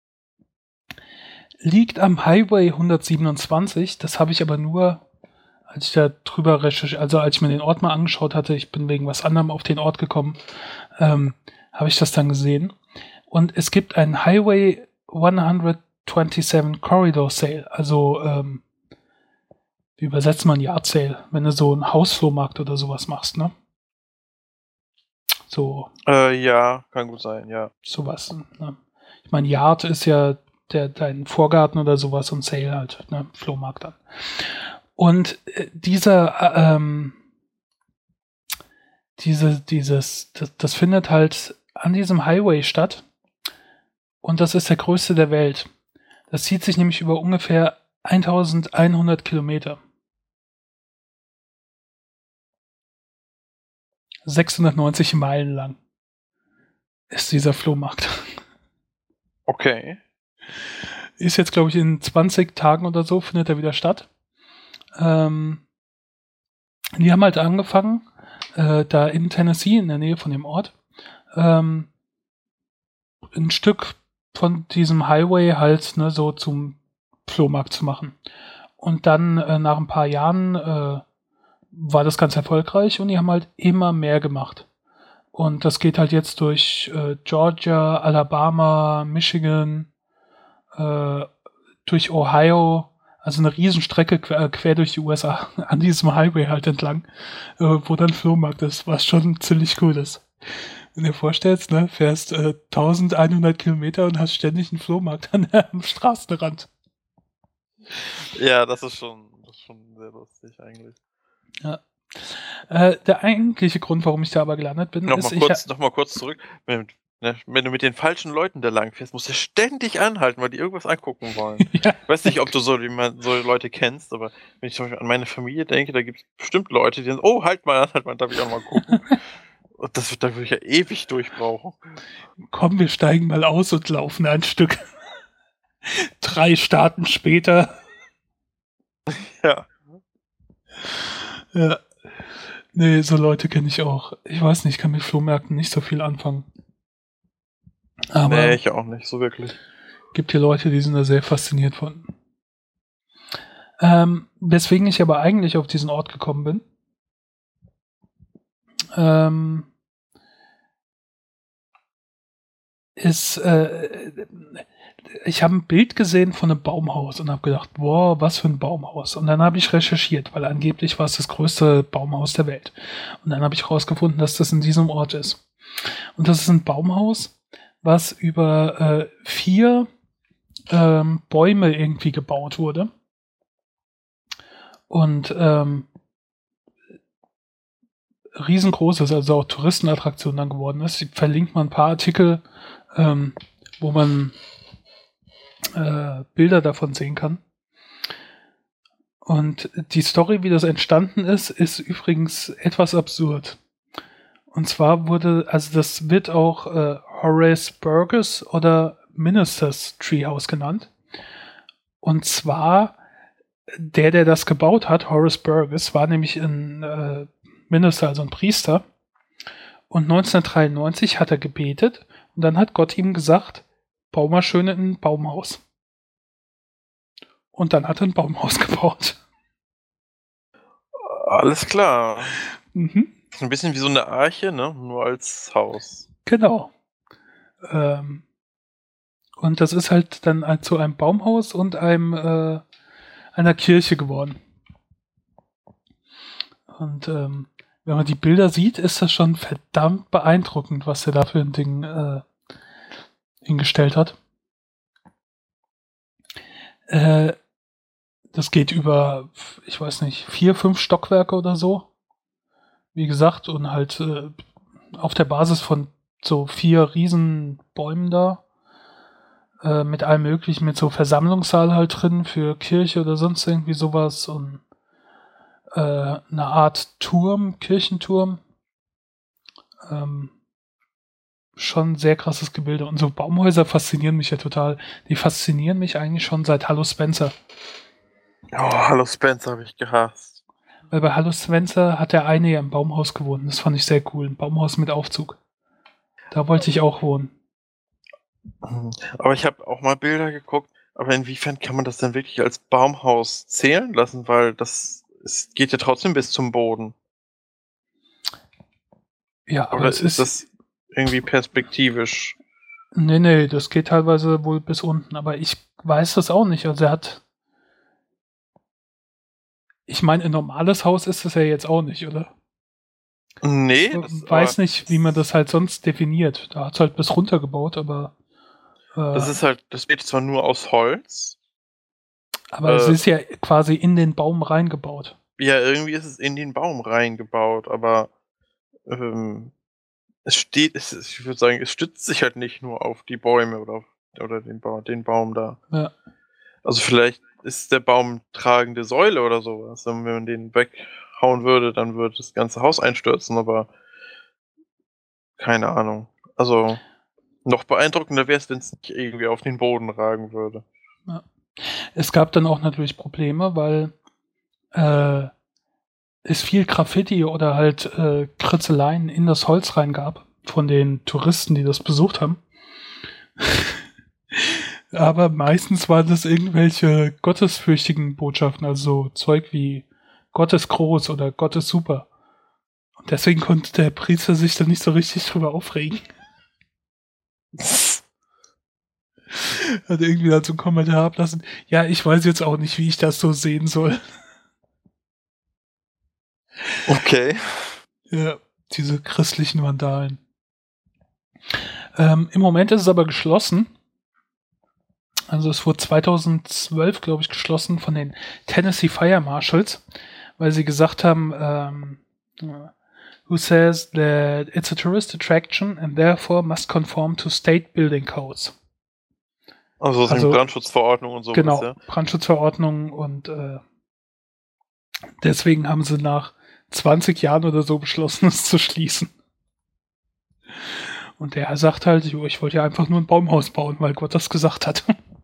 Liegt am Highway hundertsiebenundzwanzig. Das habe ich aber nur, als ich da drüber recherchiert, also als ich mir den Ort mal angeschaut hatte, ich bin wegen was anderem auf den Ort gekommen, ähm, habe ich das dann gesehen. Und es gibt einen Highway hundertsiebenundzwanzig Corridor Sale. Also, ähm, wie übersetzt man Yard Sale, wenn du so einen Hausflohmarkt oder sowas machst, ne? So. Äh, ja, kann gut sein, ja. Sowas. Ne? Ich meine, Yard ist ja der, dein Vorgarten oder sowas und Sale halt, ne? Flohmarkt dann. Und äh, dieser, ähm, diese, dieses, das, das findet halt an diesem Highway statt. Und das ist der größte der Welt. Das zieht sich nämlich über ungefähr eintausendeinhundert Kilometer. sechshundertneunzig Meilen lang ist dieser Flohmarkt. Okay. Ist jetzt, glaube ich, in zwanzig Tagen oder so, findet er wieder statt. Ähm, die haben halt angefangen, äh, da in Tennessee, in der Nähe von dem Ort, ähm, ein Stück von diesem Highway halt, ne, so zum Flohmarkt zu machen. Und dann äh, nach ein paar Jahren äh, war das ganz erfolgreich und die haben halt immer mehr gemacht. Und das geht halt jetzt durch äh, Georgia, Alabama, Michigan, äh, durch Ohio, also eine Riesenstrecke quer, quer durch die U S A an diesem Highway halt entlang, äh, wo dann Flohmarkt ist, was schon ziemlich cool ist. Wenn du dir vorstellst, ne, fährst äh, eintausendeinhundert Kilometer und hast ständig einen Flohmarkt an, am Straßenrand. Ja, das ist schon, das ist schon sehr lustig eigentlich. Ja. Äh, der eigentliche Grund, warum ich da aber gelandet bin, Noch ist, mal kurz, ich, noch mal kurz zurück. Wenn, ne, wenn du mit den falschen Leuten da lang fährst, musst du ständig anhalten, weil die irgendwas angucken wollen. ja, Ich weiß nicht, ob du so, jemand, so Leute kennst, aber wenn ich zum Beispiel an meine Familie denke, da gibt es bestimmt Leute, die sagen, oh, halt mal an, halt mal, darf ich auch mal gucken. Und das, da würde ich ja ewig durchbrauchen. komm, wir steigen mal aus und laufen ein Stück. Drei Staaten später. Ja. Ja. Nee, so Leute kenne ich auch. Ich weiß nicht, ich kann mit Flohmärkten nicht so viel anfangen. Aber Nee, ich auch nicht, so wirklich. gibt hier Leute, die sind da sehr fasziniert von. Ähm, weswegen ich aber eigentlich auf diesen Ort gekommen bin. Ähm, ist, äh, ich habe ein Bild gesehen von einem Baumhaus und habe gedacht, wow, was für ein Baumhaus. Und dann habe ich recherchiert, weil angeblich war es das größte Baumhaus der Welt. Und dann habe ich herausgefunden, dass das in diesem Ort ist. Und das ist ein Baumhaus, was über äh, vier ähm, Bäume irgendwie gebaut wurde. Und ähm, riesengroß ist, also auch Touristenattraktion dann geworden ist. Ich verlinke mal ein paar Artikel, ähm, wo man äh, Bilder davon sehen kann. Und die Story, wie das entstanden ist, ist übrigens etwas absurd. Und zwar wurde, also das wird auch äh, Horace Burgess oder Ministers Treehouse genannt. Und zwar der, der das gebaut hat, Horace Burgess, war nämlich ein äh, Minister, also ein Priester. Und neunzehnhundertdreiundneunzig hat er gebetet und dann hat Gott ihm gesagt, bau mal schön ein Baumhaus. Und dann hat er ein Baumhaus gebaut. Alles klar. Mhm. Ein bisschen wie so eine Arche, ne? Nur als Haus. Genau. Ähm, und das ist halt dann ein, zu einem Baumhaus und einem äh, einer Kirche geworden. Und ähm, wenn man die Bilder sieht, ist das schon verdammt beeindruckend, was er da für ein Ding äh, hingestellt hat. Äh, das geht über, ich weiß nicht, vier, fünf Stockwerke oder so. Wie gesagt, und halt äh, auf der Basis von so vier riesen Bäumen da. Äh, mit allem möglichen, mit so Versammlungssaal halt drin für Kirche oder sonst irgendwie sowas und äh, eine Art Turm, Kirchenturm. Ähm, schon sehr krasses Gebilde. Und so Baumhäuser faszinieren mich ja total. Die faszinieren mich eigentlich schon seit Hallo Spencer. Oh, Hallo Spencer habe ich gehasst. Weil bei Hallo Spencer hat der eine ja im Baumhaus gewohnt. Das fand ich sehr cool. Ein Baumhaus mit Aufzug. Da wollte ich auch wohnen. Aber ich habe auch mal Bilder geguckt. Aber inwiefern kann man das denn wirklich als Baumhaus zählen lassen? Weil das es geht ja trotzdem bis zum Boden. Ja, aber Oder es ist ist... das irgendwie perspektivisch? Nee, nee, das geht teilweise wohl bis unten. Aber ich weiß das auch nicht. Also er hat... Ich meine, ein normales Haus ist das ja jetzt auch nicht, oder? Nee. Ich Das, weiß nicht, wie man das halt sonst definiert. Da hat es halt bis runter gebaut, aber... Äh, das ist halt, das wird zwar nur aus Holz. aber äh, es ist ja quasi in den Baum reingebaut. Ja, irgendwie ist es in den Baum reingebaut, aber ähm, es steht, es, ich würde sagen, es stützt sich halt nicht nur auf die Bäume oder auf, oder den, ba den Baum da. Ja. Also vielleicht ist der Baum tragende Säule oder sowas. Und wenn man den weghauen würde, dann würde das ganze Haus einstürzen, aber keine Ahnung. Also noch beeindruckender wäre es, wenn es nicht irgendwie auf den Boden ragen würde. Ja. Es gab dann auch natürlich Probleme, weil äh, es viel Graffiti oder halt äh, Kritzeleien in das Holz reingab von den Touristen, die das besucht haben. Aber meistens waren das irgendwelche gottesfürchtigen Botschaften, also so Zeug wie Gott ist groß oder Gott ist super. Und deswegen konnte der Priester sich dann nicht so richtig drüber aufregen. Hat irgendwie dazu einen Kommentar ablassen. Ja, ich weiß jetzt auch nicht, wie ich das so sehen soll. Okay. Ja, diese christlichen Vandalen. Ähm, im Moment ist es aber geschlossen. Also es wurde zweitausendzwölf, glaube ich, geschlossen von den Tennessee Fire Marshals, weil sie gesagt haben, ähm, who says that it's a tourist attraction and therefore must conform to state building codes. Also das Also, sind Brandschutzverordnungen und sowas, genau, ja? Brandschutzverordnungen und äh, deswegen haben sie nach zwanzig Jahren oder so beschlossen, es zu schließen. Und der sagt halt, jo, ich wollte ja einfach nur ein Baumhaus bauen, weil Gott das gesagt hat.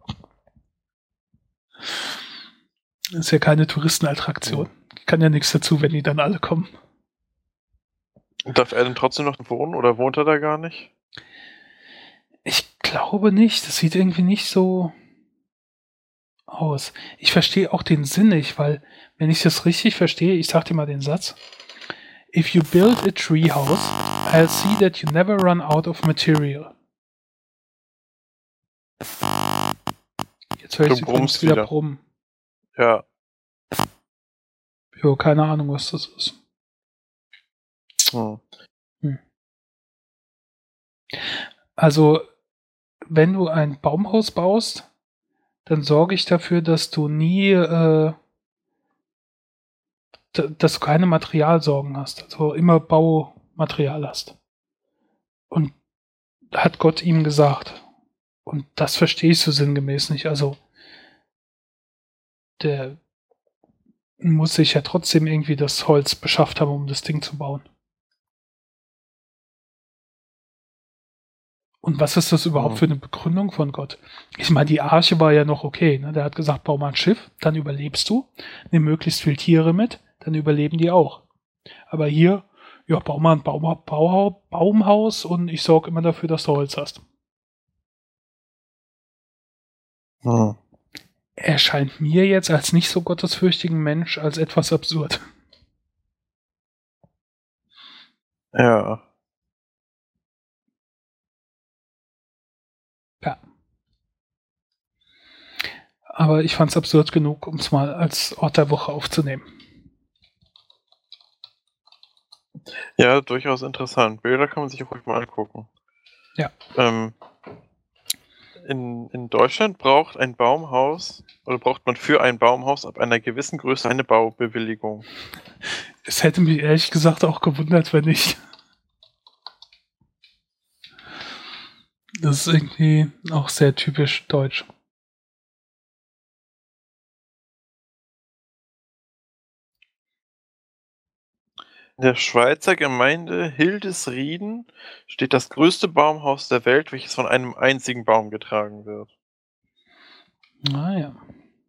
Das ist ja keine Touristenattraktion. Ich kann ja nichts dazu, wenn die dann alle kommen. Darf er denn trotzdem noch wohnen oder wohnt er da gar nicht? Ich glaube nicht. Das sieht irgendwie nicht so aus. Ich verstehe auch den Sinn nicht, weil, wenn ich das richtig verstehe, ich sag dir mal den Satz. If you build a treehouse, I'll see that you never run out of material. Jetzt höre ich Du die brummst wieder wieder. brummen. Ja. Jo, keine Ahnung, was das ist. Hm. Hm. Also, wenn du ein Baumhaus baust, dann sorge ich dafür, dass du nie, äh, d- dass du keine Materialsorgen hast, also immer Baumaterial hast. Und hat Gott ihm gesagt. Und das verstehst du sinngemäß nicht. Also der muss sich ja trotzdem irgendwie das Holz beschafft haben, um das Ding zu bauen. Und was ist das überhaupt Mhm. für eine Begründung von Gott? Ich meine, die Arche war ja noch okay. Ne? Der hat gesagt, bau mal ein Schiff, dann überlebst du. Nimm möglichst viel Tiere mit, dann überleben die auch. Aber hier, ja, bau mal ein Baum, Bau, Baumhaus und ich sorge immer dafür, dass du Holz hast. Hm. Erscheint mir jetzt als nicht so gottesfürchtigen Mensch als etwas absurd. Ja. Ja. Aber ich fand es absurd genug, um es mal als Ort der Woche aufzunehmen. Ja, durchaus interessant. Bilder kann man sich auch ruhig mal angucken. Ja. Ähm, in, in Deutschland braucht ein Baumhaus oder braucht man für ein Baumhaus ab einer gewissen Größe eine Baubewilligung. Es hätte mich ehrlich gesagt auch gewundert, wenn nicht. Das ist irgendwie auch sehr typisch deutsch. In der Schweizer Gemeinde Hildesrieden steht das größte Baumhaus der Welt, welches von einem einzigen Baum getragen wird. Naja.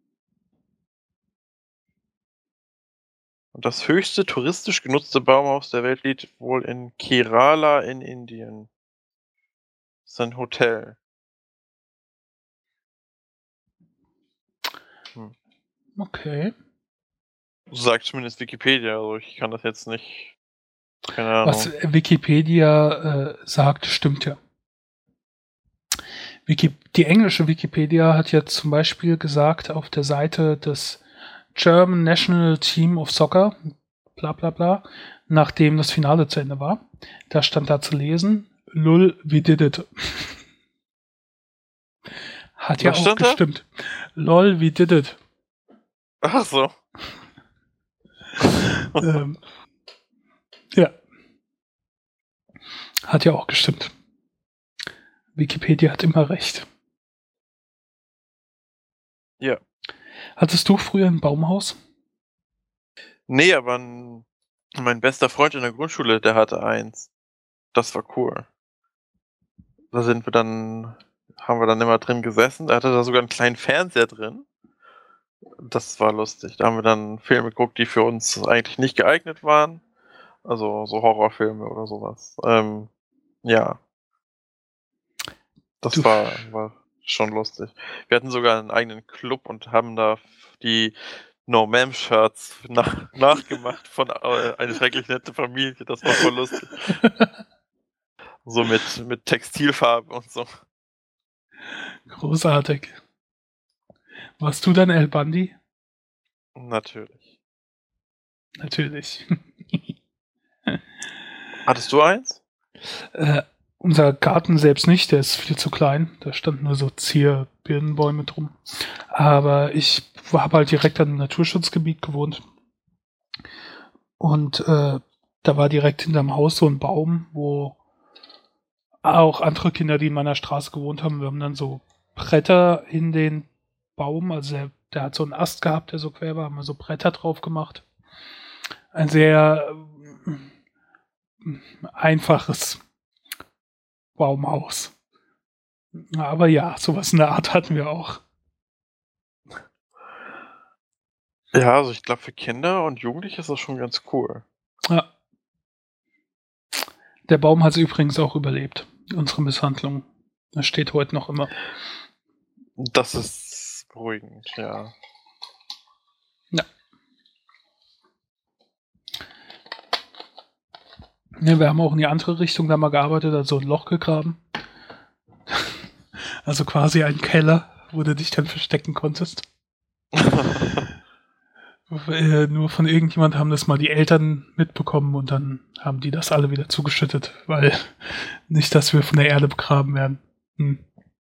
Und das höchste touristisch genutzte Baumhaus der Welt liegt wohl in Kerala in Indien. Das ist ein Hotel. Hm. Okay. So sagt zumindest Wikipedia, also ich kann das jetzt nicht. Keine Ahnung. Was Wikipedia äh, sagt, stimmt ja. Wiki die englische Wikipedia hat ja zum Beispiel gesagt auf der Seite des German National Team of Soccer, bla bla bla, nachdem das Finale zu Ende war, da stand da zu lesen, lol, we did it. Hat ja Was auch stand da? gestimmt. Lol, we did it. Ach so. ähm, ja. Hat ja auch gestimmt. Wikipedia hat immer recht. Ja. Hattest du früher ein Baumhaus? Nee, aber ein, mein bester Freund in der Grundschule, der hatte eins. Das war cool. Da sind wir dann, haben wir dann immer drin gesessen. Da hatte da sogar einen kleinen Fernseher drin. Das war lustig. Da haben wir dann Filme geguckt, die für uns eigentlich nicht geeignet waren. Also so Horrorfilme oder sowas. Ähm, ja. Das Du- war, war schon lustig. Wir hatten sogar einen eigenen Club und haben da die No-Ma'am-Shirts nach, nachgemacht von äh, Eine schrecklich nette Familie. Das war voll lustig. So mit, mit Textilfarbe und so. Großartig. Warst du dann El Bandi? Natürlich. Natürlich. Hattest du eins? äh, unser Garten selbst nicht, der ist viel zu klein. Da standen nur so Zierbirnenbäume drum. Aber ich habe halt direkt an einem Naturschutzgebiet gewohnt. Und äh, da war direkt hinterm Haus so ein Baum, wo auch andere Kinder, die in meiner Straße gewohnt haben, wir haben dann so Bretter in den Baum, also der, der hat so einen Ast gehabt, der so quer war, haben wir so Bretter drauf gemacht. Ein sehr ähm, einfaches Baumhaus. Aber ja, sowas in der Art hatten wir auch. Ja, also ich glaube für Kinder und Jugendliche ist das schon ganz cool. Ja. Der Baum hat übrigens auch überlebt, unsere Misshandlung. Das steht heute noch immer. Das ist beruhigend, ja. Ja, wir haben auch in die andere Richtung da mal gearbeitet, also ein Loch gegraben. Also quasi ein Keller, wo du dich dann verstecken konntest. äh, nur von irgendjemand haben das mal die Eltern mitbekommen und dann haben die das alle wieder zugeschüttet, weil nicht, dass wir von der Erde begraben werden. Hm.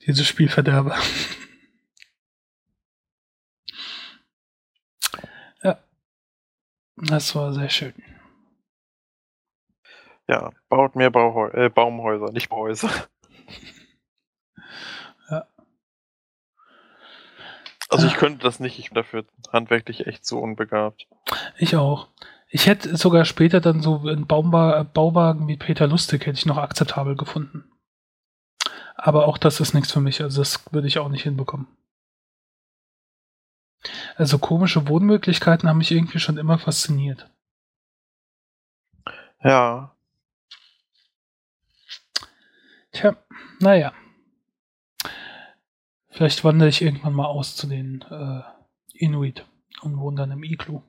Diese Spielverderber. Ja. Das war sehr schön. Ja, baut mehr Bauhäu äh, Baumhäuser, nicht Bauhäuser. Ja. Also ich könnte das nicht, ich bin dafür handwerklich echt so unbegabt. Ich auch. Ich hätte sogar später dann so einen Baumba- Bauwagen wie Peter Lustig hätte ich noch akzeptabel gefunden. Aber auch das ist nichts für mich, also das würde ich auch nicht hinbekommen. Also komische Wohnmöglichkeiten haben mich irgendwie schon immer fasziniert. Ja. Tja, naja. Vielleicht wandere ich irgendwann mal aus zu den äh, Inuit und wohne dann im Iglu.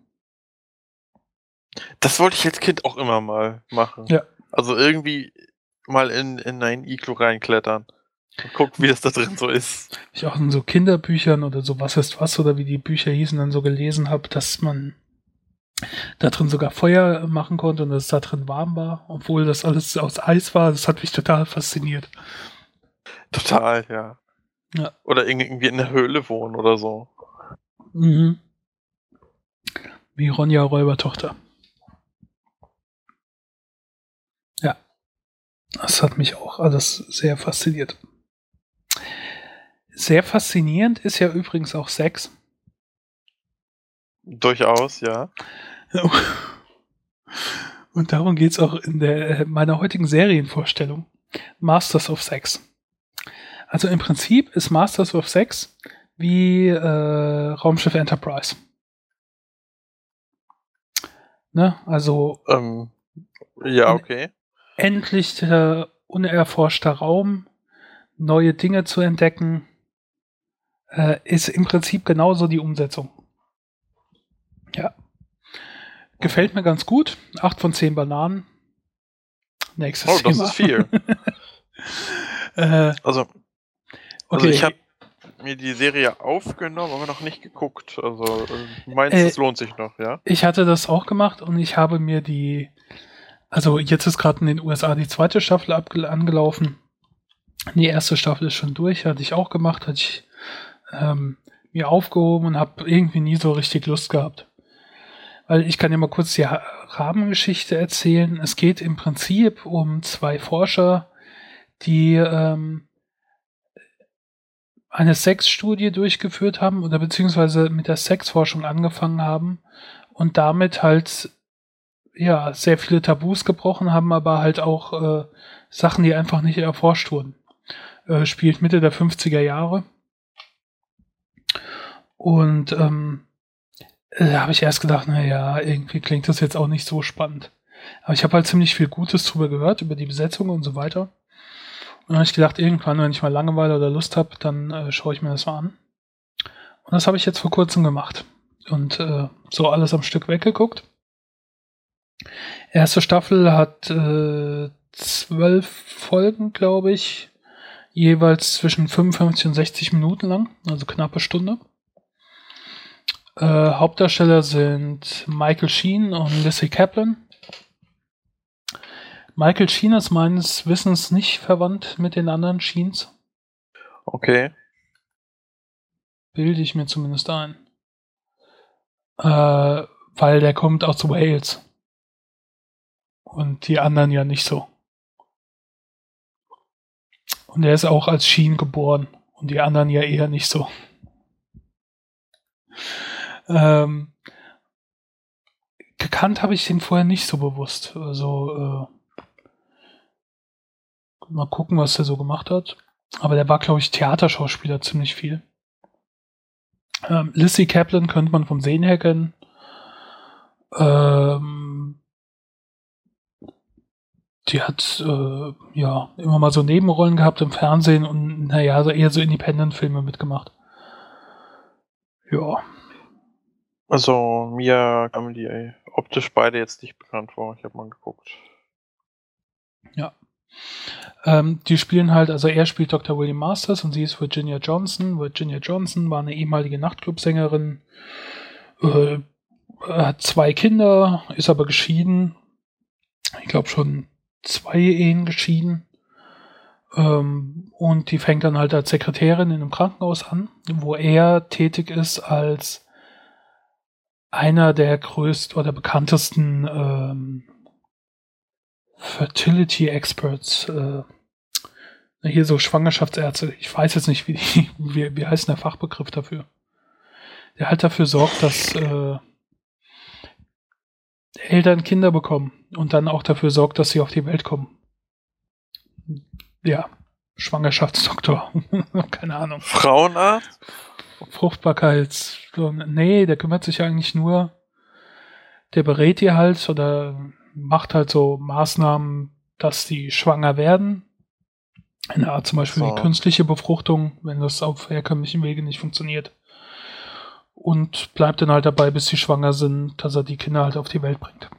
Das wollte ich als Kind auch immer mal machen. Ja. Also irgendwie mal in, in ein Iglu reinklettern und gucken, wie das da drin so ist. Ich auch in so Kinderbüchern oder so Was ist was oder wie die Bücher hießen, dann so gelesen habe, dass man da drin sogar Feuer machen konnte und dass es da drin warm war, obwohl das alles aus Eis war. Das hat mich total fasziniert. Total, ja. Ja. Oder irgendwie in der Höhle wohnen oder so. Mhm. Wie Ronja Räubertochter. Ja. Das hat mich auch alles sehr fasziniert. Sehr faszinierend ist ja übrigens auch Sex. Durchaus, ja. Und darum geht es auch in der, meiner heutigen Serienvorstellung. Masters of Sex. Also im Prinzip ist Masters of Sex wie äh, Raumschiff Enterprise. Ne? Also Ähm, ja, okay. endlich äh, unerforschter Raum, neue Dinge zu entdecken, äh, ist im Prinzip genauso die Umsetzung. Ja. Gefällt mir ganz gut. Acht von zehn Bananen. Nächstes Oh, das Thema. ist viel. äh, Also, okay. also ich habe mir die Serie aufgenommen, aber noch nicht geguckt. Also du meinst, Äh, es lohnt sich noch, ja? Ich hatte das auch gemacht und ich habe mir die, also jetzt ist gerade in den U S A die zweite Staffel abge- angelaufen. Die erste Staffel ist schon durch, hatte ich auch gemacht, hatte ich ähm, mir aufgehoben und habe irgendwie nie so richtig Lust gehabt. Weil ich kann ja mal kurz die Ha- Rahmengeschichte erzählen. Es geht im Prinzip um zwei Forscher, die ähm, eine Sexstudie durchgeführt haben oder beziehungsweise mit der Sexforschung angefangen haben und damit halt ja sehr viele Tabus gebrochen haben, aber halt auch äh, Sachen, die einfach nicht erforscht wurden. Äh, spielt Mitte der fünfziger Jahre. Und ähm, da habe ich erst gedacht, naja, irgendwie klingt das jetzt auch nicht so spannend. Aber ich habe halt ziemlich viel Gutes drüber gehört, über die Besetzung und so weiter. Und dann habe ich gedacht, irgendwann, wenn ich mal Langeweile oder Lust habe, dann äh, schaue ich mir das mal an. Und das habe ich jetzt vor kurzem gemacht. Und äh, so alles am Stück weggeguckt. Erste Staffel hat äh, zwölf Folgen, glaube ich. Jeweils zwischen fünfundfünfzig und sechzig Minuten lang. Also knappe Stunde. Äh, Hauptdarsteller sind Michael Sheen und Lizzie Kaplan. Michael Sheen ist meines Wissens nicht verwandt mit den anderen Sheens. Okay. Bilde ich mir zumindest ein. Äh, weil der kommt aus Wales. Und die anderen ja nicht so. Und er ist auch als Sheen geboren. Und die anderen ja eher nicht so. Ähm, gekannt habe ich den vorher nicht so bewusst. Also, äh, mal gucken, was der so gemacht hat. Aber der war, glaube ich, Theaterschauspieler ziemlich viel. Ähm, Lizzie Kaplan könnte man vom Sehen her kennen. Ähm, die hat äh, ja immer mal so Nebenrollen gehabt im Fernsehen und naja, so eher so Independent-Filme mitgemacht. Ja. Also mir kamen die ey, optisch beide jetzt nicht bekannt vor. Ich habe mal geguckt. Ja. Ähm, die spielen halt, also er spielt Doktor William Masters und sie ist Virginia Johnson. Virginia Johnson war eine ehemalige Nachtclub-Sängerin, äh, hat zwei Kinder, ist aber geschieden. Ich glaube schon zwei Ehen geschieden. Ähm, und die fängt dann halt als Sekretärin in einem Krankenhaus an, wo er tätig ist als einer der größten oder bekanntesten ähm, Fertility Experts. Äh, hier so Schwangerschaftsärzte. Ich weiß jetzt nicht, wie, die, wie, wie heißt der Fachbegriff dafür. Der halt dafür sorgt, dass äh, Eltern Kinder bekommen und dann auch dafür sorgt, dass sie auf die Welt kommen. Ja, Schwangerschaftsdoktor. Keine Ahnung. Frauenarzt? Fruchtbarkeits... Nee, der kümmert sich eigentlich nur... Der berät die halt oder macht halt so Maßnahmen, dass die schwanger werden. Eine Art zum Beispiel So. die künstliche Befruchtung, wenn das auf herkömmlichen Wege nicht funktioniert. Und bleibt dann halt dabei, bis sie schwanger sind, dass er die Kinder halt auf die Welt bringt.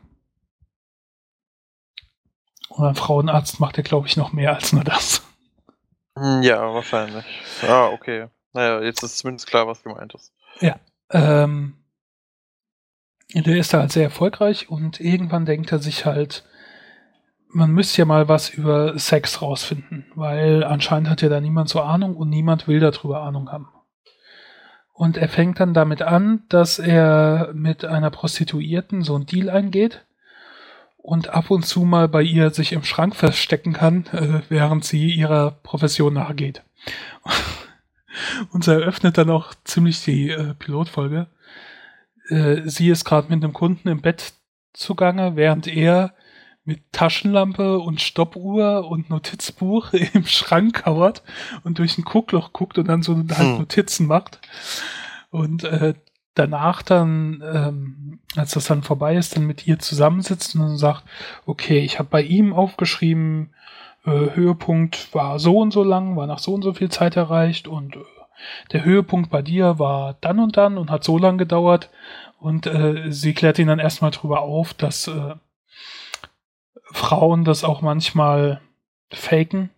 Und ein Frauenarzt macht er, glaube ich, noch mehr als nur das. Hm, Ja, wahrscheinlich. Ah, okay. Naja, jetzt ist zumindest klar, was gemeint ist. Ja. Ähm, der ist da halt sehr erfolgreich und irgendwann denkt er sich halt, man müsste ja mal was über Sex rausfinden, weil anscheinend hat ja da niemand so Ahnung und niemand will darüber Ahnung haben. Und er fängt dann damit an, dass er mit einer Prostituierten so einen Deal eingeht und ab und zu mal bei ihr sich im Schrank verstecken kann, äh, während sie ihrer Profession nachgeht. Und so eröffnet dann auch ziemlich die äh, Pilotfolge. Äh, sie ist gerade mit einem Kunden im Bett zugange, während er mit Taschenlampe und Stoppuhr und Notizbuch im Schrank kauert und durch ein Guckloch guckt und dann so halt Hm. Notizen macht. Und äh, danach dann, ähm, als das dann vorbei ist, dann mit ihr zusammensitzt und dann sagt, okay, ich habe bei ihm aufgeschrieben, äh, Höhepunkt war so und so lang, war nach so und so viel Zeit erreicht und äh, der Höhepunkt bei dir war dann und dann und hat so lang gedauert. Und äh, sie klärt ihn dann erstmal drüber auf, dass äh, Frauen das auch manchmal faken.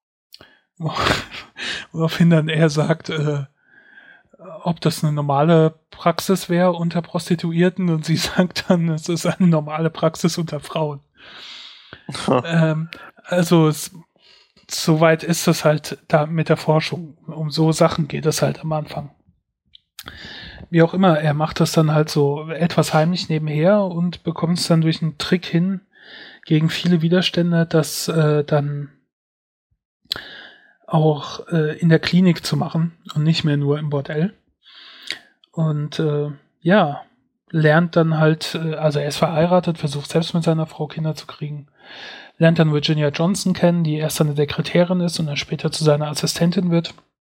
Woraufhin dann er sagt, äh, ob das eine normale Praxis wäre unter Prostituierten und sie sagt dann, es ist eine normale Praxis unter Frauen. ähm, also es, soweit ist das halt da mit der Forschung. Um so Sachen geht es halt am Anfang. Wie auch immer, er macht das dann halt so etwas heimlich nebenher und bekommt es dann durch einen Trick hin, gegen viele Widerstände, das äh, dann auch äh, in der Klinik zu machen und nicht mehr nur im Bordell. Und äh, ja, lernt dann halt, äh, also er ist verheiratet, versucht selbst mit seiner Frau Kinder zu kriegen, lernt dann Virginia Johnson kennen, die erst eine Sekretärin ist und dann später zu seiner Assistentin wird.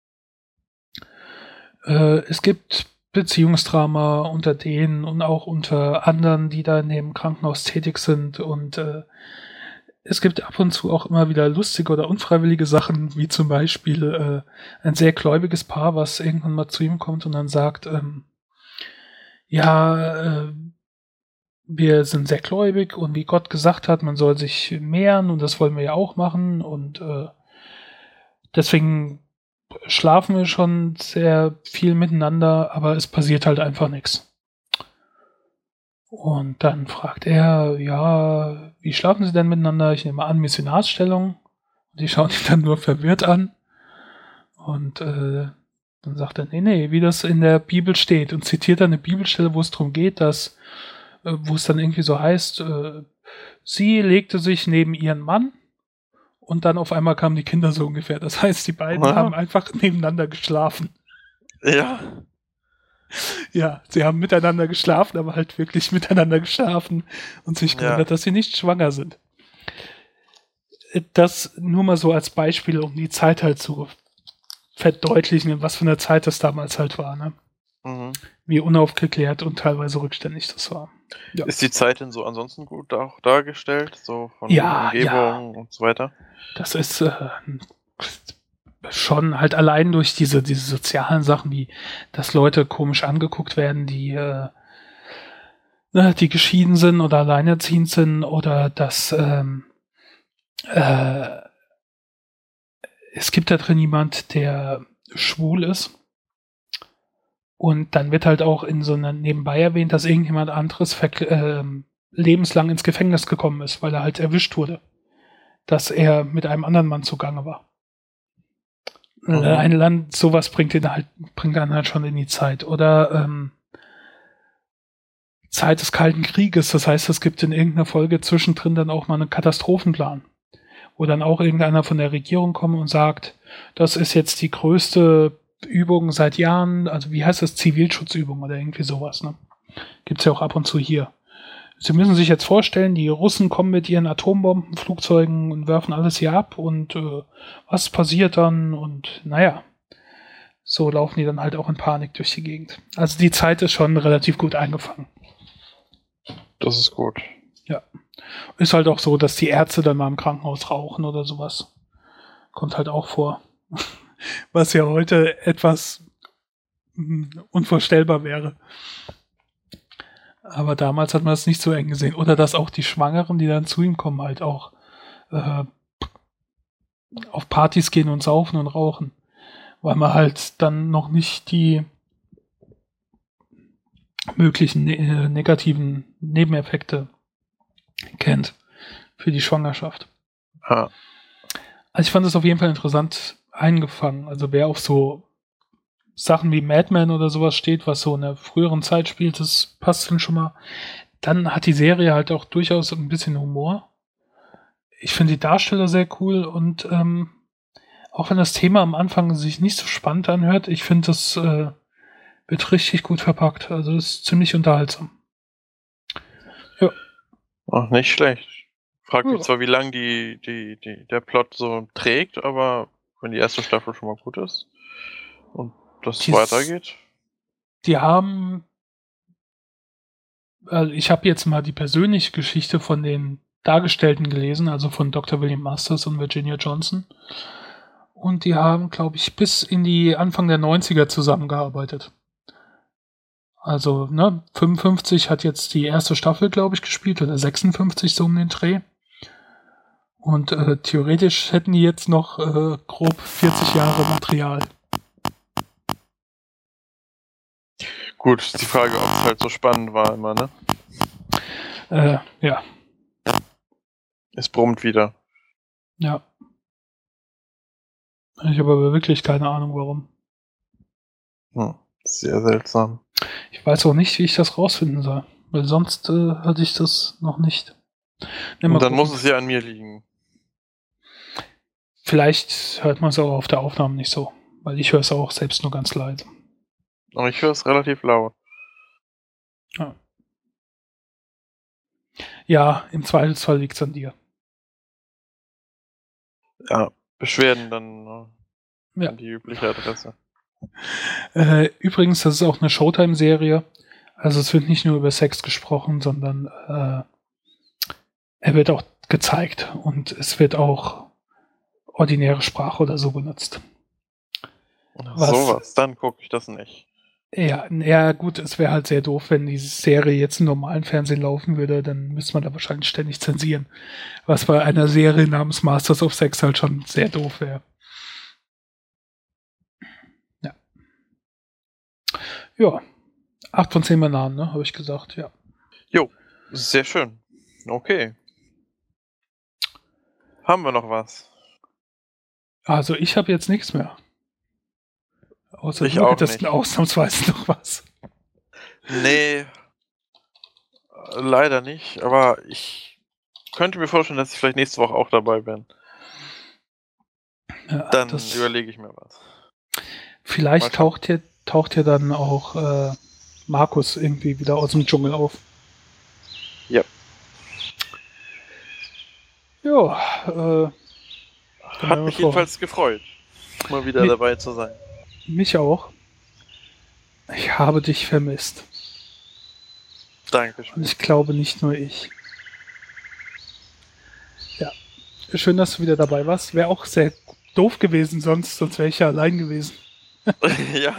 Äh, es gibt Beziehungsdrama unter denen und auch unter anderen, die da in dem Krankenhaus tätig sind und äh, es gibt ab und zu auch immer wieder lustige oder unfreiwillige Sachen, wie zum Beispiel äh, ein sehr gläubiges Paar, was irgendwann mal zu ihm kommt und dann sagt, ähm, ja, äh, wir sind sehr gläubig und wie Gott gesagt hat, man soll sich mehren und das wollen wir ja auch machen und äh, deswegen schlafen wir schon sehr viel miteinander, aber es passiert halt einfach nichts. Und dann fragt er, ja, wie schlafen Sie denn miteinander? Ich nehme an, Missionarsstellung. Und die schauen ihn dann nur verwirrt an. Und äh, dann sagt er, nee, nee, wie das in der Bibel steht. Und zitiert dann eine Bibelstelle, wo es darum geht, dass, äh, wo es dann irgendwie so heißt, äh, sie legte sich neben ihren Mann und dann auf einmal kamen die Kinder so ungefähr. Das heißt, die beiden Aha. haben einfach nebeneinander geschlafen. Ja. Ja, sie haben miteinander geschlafen, aber halt wirklich miteinander geschlafen und sich gewundert, Ja. dass sie nicht schwanger sind. Das nur mal so als Beispiel, um die Zeit halt zu verdeutlichen, in was für eine Zeit das damals halt war, ne? Mhm. Wie unaufgeklärt und teilweise rückständig das war. Ja. Ist die Zeit denn so ansonsten gut auch dargestellt? So von Ja, Umgebung ja. und so weiter? Das ist äh, schon halt allein durch diese, diese sozialen Sachen, wie dass Leute komisch angeguckt werden, die äh, ne, die geschieden sind oder alleinerziehend sind oder dass ähm, äh, es gibt da drin jemand, der schwul ist und dann wird halt auch in so einer nebenbei erwähnt, dass irgendjemand anderes verk- ähm, lebenslang ins Gefängnis gekommen ist, weil er halt erwischt wurde. dass er mit einem anderen Mann zugange war. Mhm. Ein Land, sowas bringt ihn halt, bringt einen halt schon in die Zeit. Oder ähm, Zeit des Kalten Krieges, das heißt, es gibt in irgendeiner Folge zwischendrin dann auch mal einen Katastrophenplan, wo dann auch irgendeiner von der Regierung kommt und sagt, das ist jetzt die größte Übung seit Jahren, also wie heißt das, Zivilschutzübung oder irgendwie sowas, ne? Gibt's ja auch ab und zu hier. Sie müssen sich jetzt vorstellen, die Russen kommen mit ihren Atombomben, Flugzeugen und werfen alles hier ab und äh, was passiert dann? Und naja, so laufen die dann halt auch in Panik durch die Gegend. Also die Zeit ist schon relativ gut eingefangen. Das ist gut. Ja. Ist halt auch so, dass die Ärzte dann mal im Krankenhaus rauchen oder sowas. Kommt halt auch vor. Was ja heute etwas mh, unvorstellbar wäre. Aber damals hat man es nicht so eng gesehen. Oder dass auch die Schwangeren, die dann zu ihm kommen, halt auch äh, auf Partys gehen und saufen und rauchen. Weil man halt dann noch nicht die möglichen ne- negativen Nebeneffekte kennt für die Schwangerschaft. Ha. Also ich fand es auf jeden Fall interessant eingefangen. Also wer auf so Sachen wie Mad Men oder sowas steht, was so in der früheren Zeit spielt, das passt dann schon mal. Dann hat die Serie halt auch durchaus ein bisschen Humor. Ich finde die Darsteller sehr cool und ähm, auch wenn das Thema am Anfang sich nicht so spannend anhört, ich finde, das äh, wird richtig gut verpackt. Also ist ziemlich unterhaltsam. Ja. Ach, nicht schlecht. Frag mich Ja. zwar, wie lange die, die, die, der Plot so trägt, aber wenn die erste Staffel schon mal gut ist und das Dies- weitergeht. Die haben, also ich habe jetzt mal die persönliche Geschichte von den Dargestellten gelesen, also von Doktor William Masters und Virginia Johnson. Und die haben, glaube ich, bis in die Anfang der neunziger zusammengearbeitet. Also, ne, fünfundfünfzig hat jetzt die erste Staffel, glaube ich, gespielt, oder sechsundfünfzig so um den Dreh. Und äh, theoretisch hätten die jetzt noch äh, grob vierzig Jahre Material. Gut, ist die Frage, ob es halt so spannend war immer, ne? Äh, ja, Es brummt wieder. ja. Ich habe aber wirklich keine Ahnung, warum. Hm. Sehr seltsam. Ich weiß auch nicht, wie ich das rausfinden soll. Weil sonst äh, hatte ich das noch nicht. Ne, mal Und dann gucken. muss es ja an mir liegen. Vielleicht hört man es auch auf der Aufnahme nicht so. Weil ich höre es auch selbst nur ganz leise. Aber ich höre es relativ laut. Ja, ja im Zweifelsfall liegt es an dir. Ja, Beschwerden dann äh, Ja. an die übliche Adresse. Äh, übrigens, das ist auch eine Showtime-Serie. Also es wird nicht nur über Sex gesprochen, sondern äh, er wird auch gezeigt. Und es wird auch ordinäre Sprache oder so benutzt. Ach, Was? sowas, dann gucke ich das nicht. Ja, ja gut, es wäre halt sehr doof, wenn diese Serie jetzt im normalen Fernsehen laufen würde, dann müsste man da wahrscheinlich ständig zensieren. Was bei einer Serie namens Masters of Sex halt schon sehr doof wäre. Ja. Ja. Acht von zehn Bananen, ne, habe ich gesagt, ja. Jo, sehr schön. Okay. Haben wir noch was? Also ich habe jetzt nichts mehr. Außer Ich du auch hättest nicht. ausnahmsweise noch was. Nee, äh, leider nicht, aber ich könnte mir vorstellen, dass ich vielleicht nächste Woche auch dabei bin. Ja, Dann das, überlege ich mir was. vielleicht mal schauen. taucht hier, taucht hier dann auch äh, Markus irgendwie wieder aus dem Dschungel auf. Ja. Ja, äh, Kann Hat man mich vor- jedenfalls gefreut, mal wieder Nee. dabei zu sein. mich auch. Ich habe dich vermisst. Und Dankeschön. ich glaube nicht nur ich. Ja. Schön, dass du wieder dabei warst. Wäre auch sehr doof gewesen sonst, sonst wäre ich ja allein gewesen. Ja.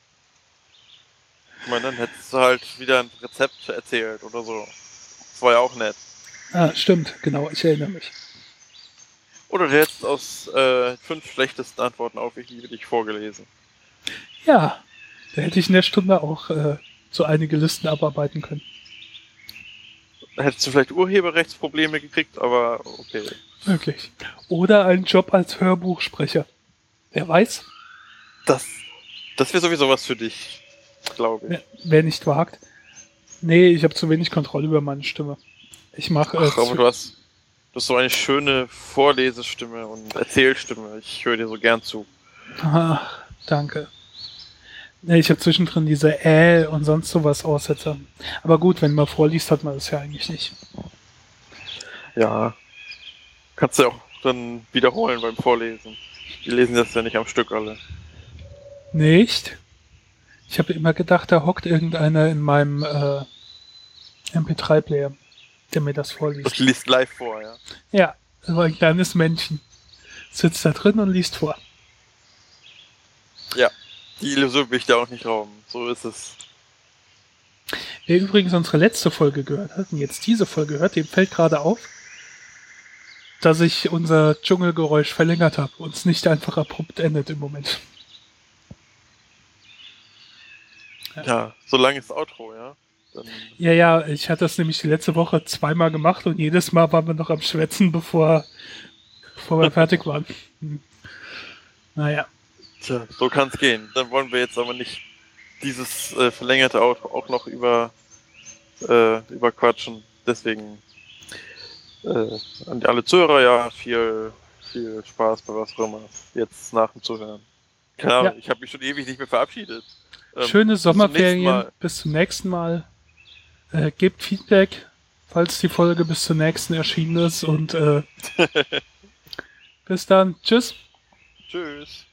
Ich meine, dann hättest du halt wieder ein Rezept erzählt oder so. Das war ja auch nett. Ah, stimmt, genau, ich erinnere mich. Oder du hättest aus äh, fünf schlechtesten Antworten auf Ich liebe dich vorgelesen. Ja, da hätte ich in der Stunde auch äh, so einige Listen abarbeiten können. hättest du vielleicht Urheberrechtsprobleme gekriegt, aber okay. Wirklich. Oder einen Job als Hörbuchsprecher. Wer weiß? Das, das wäre sowieso was für dich, glaube ich. Wer, wer nicht wagt. Nee, ich habe zu wenig Kontrolle über meine Stimme. Ich mache Ach, äh, aber du hast, du hast so eine schöne Vorlesestimme und Erzählstimme. Ich höre dir so gern zu. Ach, danke. Nee, ich habe zwischendrin diese Äh und sonst sowas Aussetzer. Aber gut, wenn man vorliest, hat man das ja eigentlich nicht. Ja. Kannst du ja auch dann wiederholen beim Vorlesen. Die lesen das ja nicht am Stück alle. Nicht? Ich habe immer gedacht, da hockt irgendeiner in meinem äh, M P drei Player, der mir das vorliest. Das liest live vor, ja. Ja, so ein kleines Männchen. Sitzt da drin und liest vor. Ja, die Illusion will ich dir auch nicht rauben. So ist es. Wer übrigens unsere letzte Folge gehört hat und jetzt diese Folge hört, dem fällt gerade auf, dass ich unser Dschungelgeräusch verlängert habe und es nicht einfach abrupt endet im Moment. Ja, ja, so lange ist Outro, ja. Dann Ja, ja, ich hatte das nämlich die letzte Woche zweimal gemacht und jedes Mal waren wir noch am Schwätzen, bevor, bevor wir fertig waren. Hm. Naja. Tja, so kann es gehen. Dann wollen wir jetzt aber nicht dieses äh, verlängerte Outro auch noch über äh, überquatschen. Deswegen äh, an alle Zuhörer, ja, viel, viel Spaß bei was auch immer jetzt nach dem Zuhören. Keine Ahnung, Ja. ich habe mich schon ewig nicht mehr verabschiedet. Ähm, Schöne bis zum nächsten Sommerferien, Mal. bis zum nächsten Mal. Äh, gebt Feedback, falls die Folge bis zur nächsten erschienen ist und äh, bis dann. Tschüss. Tschüss.